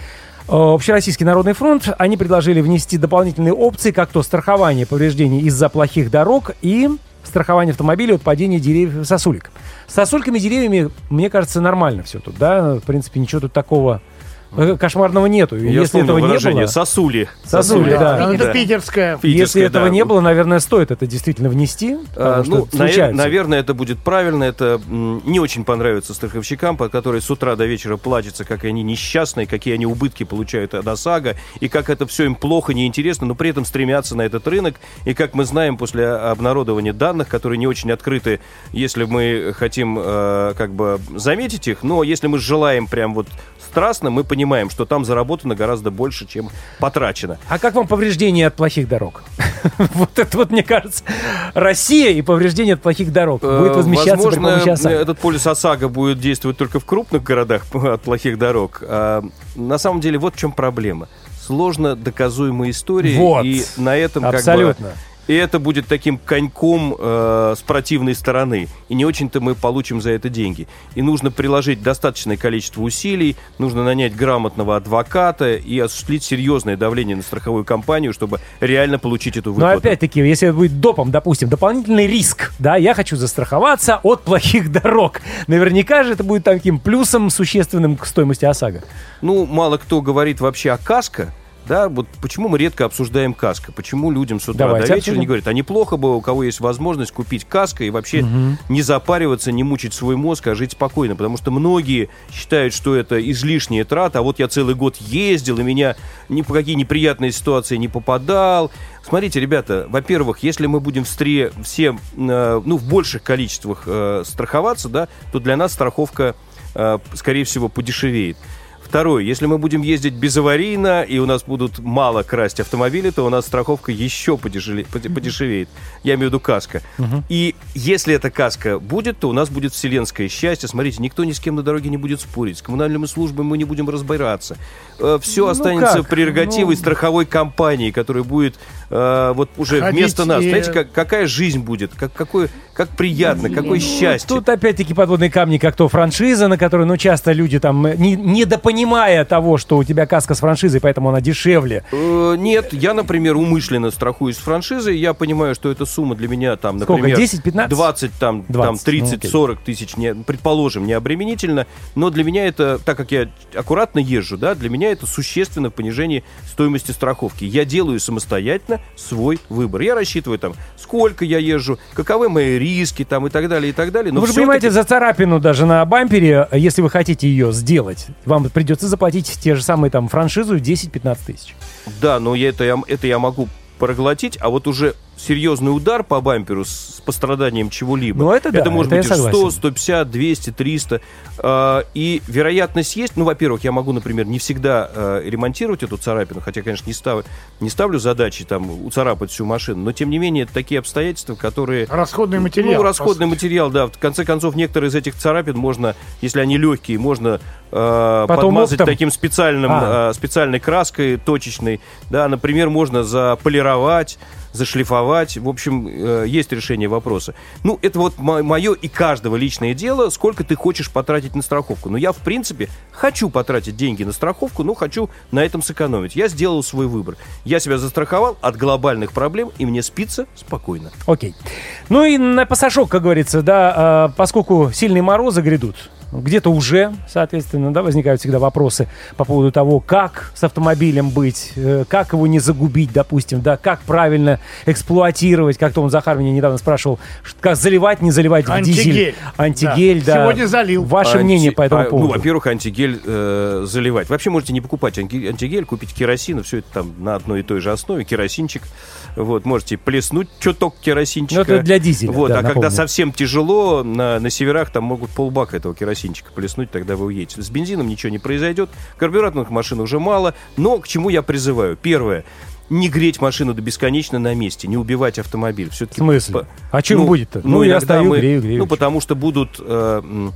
Общероссийский народный фронт, они предложили внести дополнительные опции, как то страхование повреждений из-за плохих дорог и страхование автомобиля от падения деревьев сосулек. С сосульками, деревьями, мне кажется, нормально все тут, да? В принципе, ничего тут такого кошмарного нету. Я Если этого не было... сосули. Сосули, да. Да, это Да. питерская. Питерская, Если этого да. не было, наверное, стоит это действительно внести. А, Потому ну, что навер- случается. наверное, это будет правильно. Это м, не очень понравится страховщикам, по- которые с утра до вечера плачутся, как они несчастные, какие они убытки получают от ОСАГО, и как это все им плохо, неинтересно, но при этом стремятся на этот рынок. И как мы знаем, после обнародования данных, которые не очень открыты, если мы хотим э, как бы заметить их, но если мы желаем прям вот страстно, мы понимаем, что там заработано гораздо больше, чем потрачено. А как вам повреждения от плохих дорог? Вот это вот, мне кажется, Россия и повреждения от плохих дорог будет возмещаться при Возможно, помощи ОСАГО. этот полис ОСАГО будет действовать только в крупных городах от плохих дорог. А на самом деле вот в чем проблема. Сложно доказуемые истории, Вот. и на этом как бы... Абсолютно. И это будет таким коньком э, с противной стороны. И не очень-то мы получим за это деньги. И нужно приложить достаточное количество усилий, нужно нанять грамотного адвоката и осуществить серьезное давление на страховую компанию, чтобы реально получить эту Но выплату. опять-таки, если это будет допом, допустим, дополнительный риск, да, я хочу застраховаться от плохих дорог. Наверняка же это будет таким плюсом существенным к стоимости ОСАГО. Ну, мало кто говорит вообще о каско. Да, вот почему мы редко обсуждаем каско? Почему людям с утра Давайте до вечера обсудим. не говорят, а неплохо бы, у кого есть возможность купить каско и вообще Мгм. не запариваться, не мучить свой мозг, а жить спокойно. Потому что многие считают, что это излишняя трата, а вот я целый год ездил, и меня ни по какие неприятные ситуации не попадал. Смотрите, ребята, во-первых, если мы будем встре- все, э, ну, в больших количествах э, страховаться, да, то для нас страховка, э, скорее всего, подешевеет. Второе, если мы будем ездить безаварийно, и у нас будут мало красть автомобили, то у нас страховка еще подешеве- поде- подешевеет. Я имею в виду каско. Мгм. И если эта каска будет, то у нас будет вселенское счастье. Смотрите, никто ни с кем на дороге не будет спорить. С коммунальными службами мы не будем разбираться. Все Ну останется как? прерогативой Ну- страховой компании, которая будет э, вот уже Ходить вместо нас. и- Знаете, как, какая жизнь будет, как, какое, как приятно, какое счастье. Тут опять-таки подводные камни, как то франшиза, на которую, ну, часто люди там, не, недопонимая того, что у тебя каска с франшизой, поэтому она дешевле. Э, Нет, я, например, умышленно страхуюсь с франшизой. Я понимаю, что эта сумма для меня там, Сколько, например, десять-пятнадцать? двадцать, там, там двадцать, ну, окей. тридцать-сорок тысяч, не, предположим, не обременительно. Но для меня это, так как я аккуратно езжу, да, для меня это существенно понижение стоимости страховки. Я делаю самостоятельно свой выбор. Я рассчитываю там, сколько я езжу, каковы мои риски там и так далее, и так далее. Но Ну, вы же всё-таки- понимаете, за царапину даже на бампере, если вы хотите ее сделать, вам придется заплатить те же самые там франшизу десять-пятнадцать тысяч. Да, но я это, я, это я могу проглотить, а вот уже серьезный удар по бамперу с, с постраданием чего-либо. Ну, это да, может это я быть и согласен. сто, сто пятьдесят, двести, триста. Э, и вероятность есть. Ну, во-первых, я могу, например, не всегда э, ремонтировать эту царапину, хотя, конечно, не, став, не ставлю задачи там уцарапать всю машину, но, тем не менее, это такие обстоятельства, которые... Расходный материал. Ну, расходный по сути. материал, да. В конце концов, некоторые из этих царапин можно, если они легкие, можно э, Потом подмазать оптом? таким специальным, А. э, специальной краской точечной. Да, например, можно заполировать, зашлифовать. В общем, э, есть решение вопроса. Ну, это вот мое и каждого личное дело, сколько ты хочешь потратить на страховку. Но я, в принципе, хочу потратить деньги на страховку, но хочу на этом сэкономить. Я сделал свой выбор. Я себя застраховал от глобальных проблем, и мне спится спокойно. Окей. Ну и на пасашок, как говорится, да, а, поскольку сильные морозы грядут, где-то уже, соответственно, да, возникают всегда вопросы по поводу того, как с автомобилем быть, э, как его не загубить, допустим, да, как правильно эксплуатировать, как-то он Захар меня недавно спрашивал, ш- как заливать, не заливать в Антигель. дизель. Антигель, да. Да. Сегодня залил. Ваше Анти- мнение по этому а, поводу? Ну, во-первых, антигель э, заливать. Вообще можете не покупать анти- антигель, купить керосин, все это там на одной и той же основе, керосинчик. Вот, можете плеснуть чуток керосинчика. Ну, это для дизеля, Вот, да, а напомню. когда совсем тяжело, на, на северах там могут полбака этого керосинчика плеснуть, тогда вы уедете. С бензином ничего не произойдет, карбюраторных машин уже мало, но к чему я призываю? Первое. Не греть машину до бесконечно на месте, не убивать автомобиль. Все-таки В смысле? А чем будет-то? Ну, я иногда стою, мы- грею, грею. Ну, потому что будут... э, м,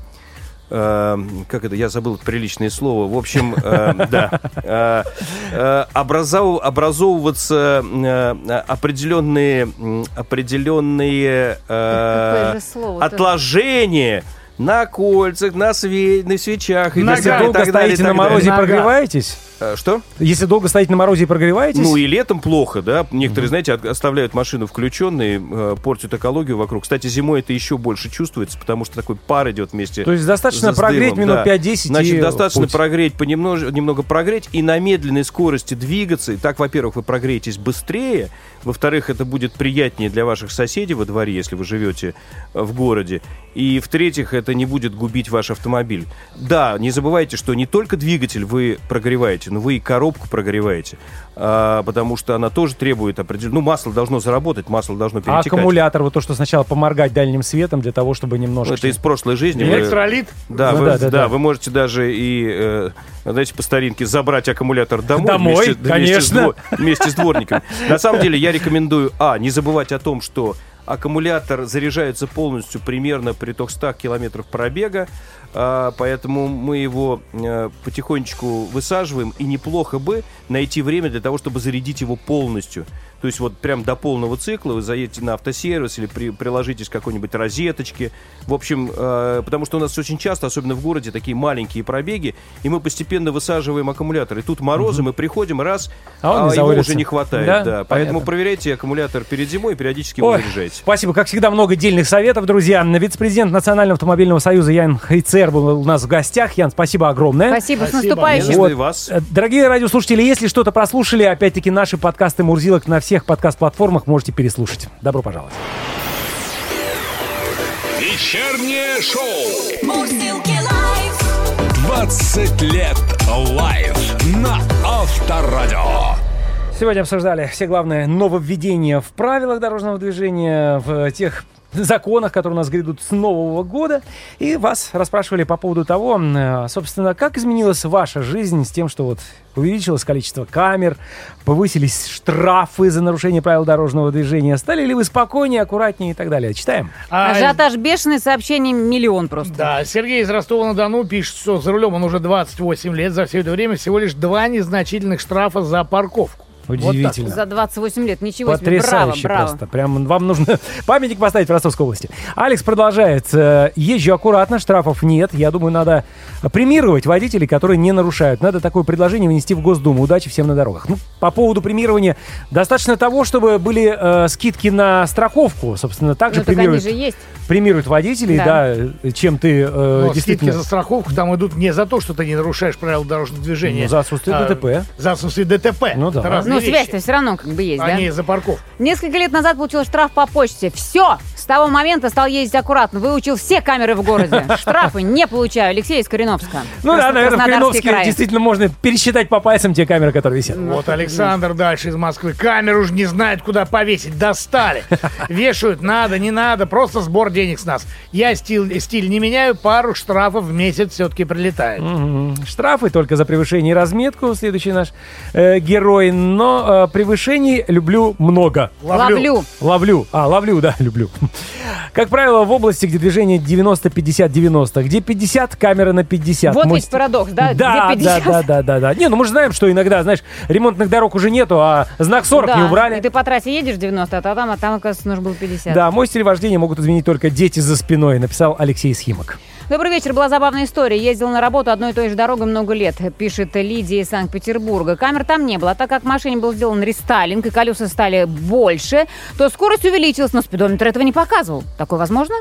э, как это, я забыл приличное слово. В общем, э, да. Э, э, образов- образовываться э, определенные, м, определенные э, Какое же слово-то? отложения на кольцах, на, све... на свечах. И Если так далее, долго так далее, стоите на так морозе и далее. прогреваетесь? А, Что? Если долго стоите на морозе и прогреваетесь? Ну и летом плохо, да. Некоторые, знаете, от- оставляют машину включенной, э, портят экологию вокруг. Кстати, зимой это еще больше чувствуется, потому что такой пар идет вместе. То есть достаточно с прогреть дымом, минут да. пять-десять Значит, и достаточно путь. прогреть, понемножку, немного прогреть и на медленной скорости двигаться. И так, во-первых, вы прогреетесь быстрее. Во-вторых, это будет приятнее для ваших соседей во дворе, если вы живете э, в городе. И в-третьих, это не будет губить ваш автомобиль. Да, не забывайте, что не только двигатель вы прогреваете, но вы и коробку прогреваете. А, потому что она тоже требует определенного... Ну, масло должно заработать, масло должно А перетекать. аккумулятор, вот то, что сначала поморгать дальним светом для того, чтобы Ну, немножко... это из прошлой жизни. Вы- Электролит. Да, Ну вы, да, да, да, да. вы можете даже и, э, знаете, по старинке забрать аккумулятор домой. Домой, вместе, вместе с конечно. дво- вместе с дворником. На самом деле, я рекомендую, а, не забывать о том, что аккумулятор заряжается полностью примерно при трехстах километрах пробега, а, поэтому мы его э, потихонечку высаживаем, и неплохо бы найти время для того, чтобы зарядить его полностью. То есть вот прям до полного цикла вы заедете на автосервис или при, приложитесь к какой-нибудь розеточке. В общем, э, потому что у нас очень часто, особенно в городе, такие маленькие пробеги, и мы постепенно высаживаем аккумулятор. И тут морозы, мы приходим, раз, А он не его заводится. уже не хватает. Да? Да? Поэтому Понятно. проверяйте аккумулятор перед зимой и периодически его Ой, заряжайте. спасибо. Как всегда, много дельных советов, друзья. Вице-президент Национального автомобильного союза Ян Хайцер был у нас в гостях. Ян, спасибо огромное. Спасибо, с Спасибо. наступающим. Вот. И вас. Э, Дорогие радиослушатели, если что-то прослушали, опять-таки наши подкасты Мурзилок на всех подкаст-платформах можете переслушать. Добро пожаловать. Вечернее шоу. Мурзилки лайф. двадцать лет лайв на Авторадио. Сегодня обсуждали все главные нововведения в правилах дорожного движения, в тех законах, которые у нас грядут с Нового года. И вас расспрашивали по поводу того, э, собственно, как изменилась ваша жизнь с тем, что вот увеличилось количество камер, повысились штрафы за нарушение правил дорожного движения, стали ли вы спокойнее, аккуратнее и так далее. Читаем. А, Ажиотаж бешеный, сообщений миллион просто. Да, Сергей из Ростова-на-Дону пишет, что за рулем он уже двадцать восемь лет. За все это время всего лишь два незначительных штрафа за парковку. Удивительно. За двадцать восемь лет. Ничего себе. Браво, Потрясающе браво. просто. Прям вам нужно памятник поставить в Ростовской области. Алекс продолжает. Э, Езжу аккуратно, штрафов нет. Я думаю, надо премировать водителей, которые не нарушают. Надо такое предложение внести в Госдуму. Удачи всем на дорогах. Ну, по поводу премирования, достаточно того, чтобы были э, скидки на страховку. Собственно, также Ну, так они премируют, же есть. премируют водителей, да. Да. чем ты э, Но скидки действительно... за страховку там идут не за то, что ты не нарушаешь правила дорожного движения. Ну, за отсутствие а, ДТП. За отсутствие ДТП. Ну да. Это разные Ну, вещи, связь-то все равно как бы есть, а да? не за парковку. Несколько лет назад получил штраф по почте. Все! С того момента стал ездить аккуратно. Выучил все камеры в городе. Штрафы не получаю. Алексей из Кореновска. Ну да, наверное, в Краснодарский Кореновске край. действительно можно пересчитать по пальцам те камеры, которые висят. Вот Александр дальше из Москвы. Камеру уже не знает, куда повесить. Достали. Вешают, надо, не надо. Просто сбор денег с нас. Я стиль, стиль не меняю, пару штрафов в месяц все-таки прилетает. Мгм. Штрафы только за превышение и разметку. Следующий наш э, герой. Но э, превышений люблю много. Ловлю. Ловлю. А, ловлю, да, люблю. Как правило, в области, где движение девяносто пятьдесят девяносто, где пятьдесят, камера на пятьдесят. Вот Мой ведь ст- парадокс, да? Да, Где пятьдесят? да, да, да, да, да. Не, ну мы же знаем, что иногда, знаешь, ремонтных дорог уже нету, а знак сорок Да, не убрали. И ты по трассе едешь девяносто, а там, а там, оказывается, нужно было пятьдесят. Да, мой стиль вождения могут изменить только дети за спиной, написал Алексей Схимок. Добрый вечер. Была забавная история. Ездила на работу одной и той же дорогой много лет, пишет Лидия из Санкт-Петербурга. Камер там не было. А так как машине был сделан рестайлинг и колеса стали больше, то скорость увеличилась, но спидометр этого не показывал. Такое возможно?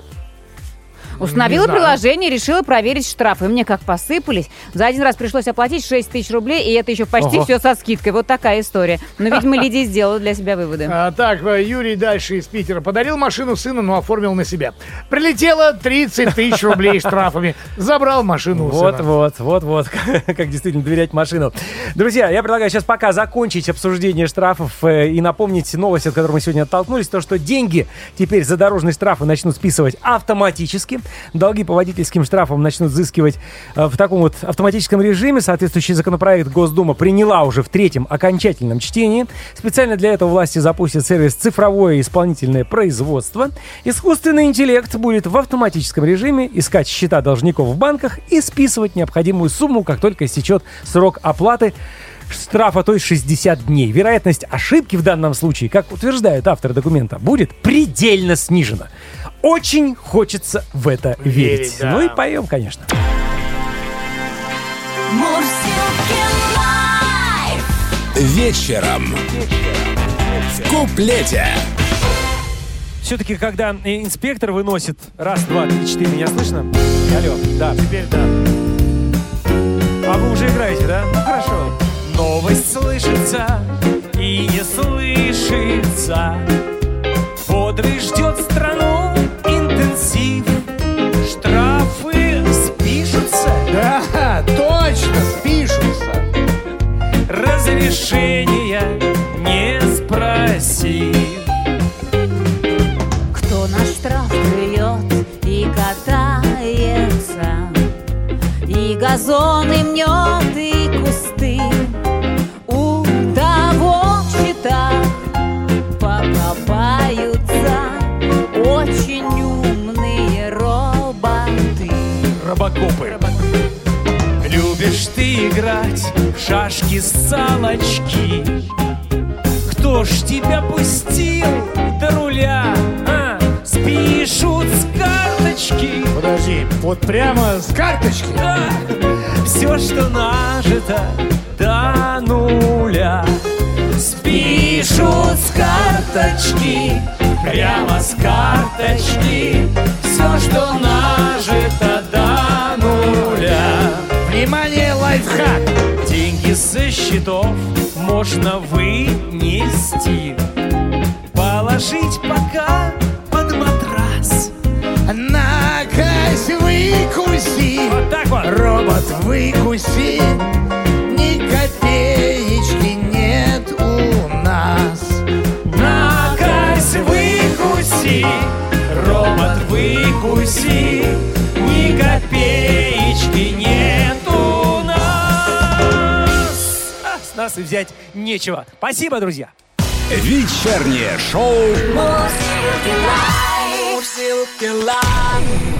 Установила Не знаю. приложение, решила проверить штрафы. Мне как посыпались. За один раз пришлось оплатить шесть тысяч рублей, и это еще почти Ого. все со скидкой. Вот такая история. Но, видимо, Лидия сделала для себя выводы. А, так, э, Юрий дальше из Питера. Подарил машину сыну, но оформил на себя. Прилетело тридцать тысяч рублей штрафами. Забрал машину у Вот, сына. вот, вот, вот, как действительно доверять машину. Друзья, я предлагаю сейчас пока закончить обсуждение штрафов э, и напомнить новость, от которой мы сегодня оттолкнулись, то, что деньги теперь за дорожные штрафы начнут списывать автоматически. Долги по водительским штрафам начнут взыскивать э, в таком вот автоматическом режиме. Соответствующий законопроект Госдума приняла уже в третьем окончательном чтении. Специально для этого власти запустят сервис «Цифровое исполнительное производство». Искусственный интеллект будет в автоматическом режиме искать счета должников в банках и списывать необходимую сумму, как только истечет срок оплаты. штрафа, то есть шестьдесят дней. Вероятность ошибки в данном случае, как утверждает автор документа, будет предельно снижена. Очень хочется в это верить. Верить, да. Ну и поем, конечно. Мурзилки лайф. Вечером. В куплете. Все-таки, когда инспектор выносит раз, два, три, четыре, меня слышно? Алло, да, теперь да. А вы уже играете, да? Ну, хорошо. Новость слышится и не слышится. Бодрый ждет страну интенсив. Штрафы спишутся. Да, точно, спишутся. Разрешения не спросив. Кто на штраф плюет и катается, и газоны мнет, и кусты. У того в счетах покопаются очень умные роботы. Робокопы. Любишь ты играть в шашки-салочки? Кто ж тебя пустил до руля? А? Спишут с карточки. Подожди, вот прямо с карточки? Да. Все, что нажито до нуля, спишут с карточки. Прямо с карточки. Все, что нажито до нуля. Внимание, лайфхак! Деньги со счетов можно вынести, положить пока под матрас. На кась выкуси, Вот так вот. робот выкуси, ни копеечки нет у нас. На кась выкуси, робот выкуси, ни копеечки нет у нас. А, с нас и взять нечего. Спасибо, друзья. Вечернее шоу Мурзилки лайф.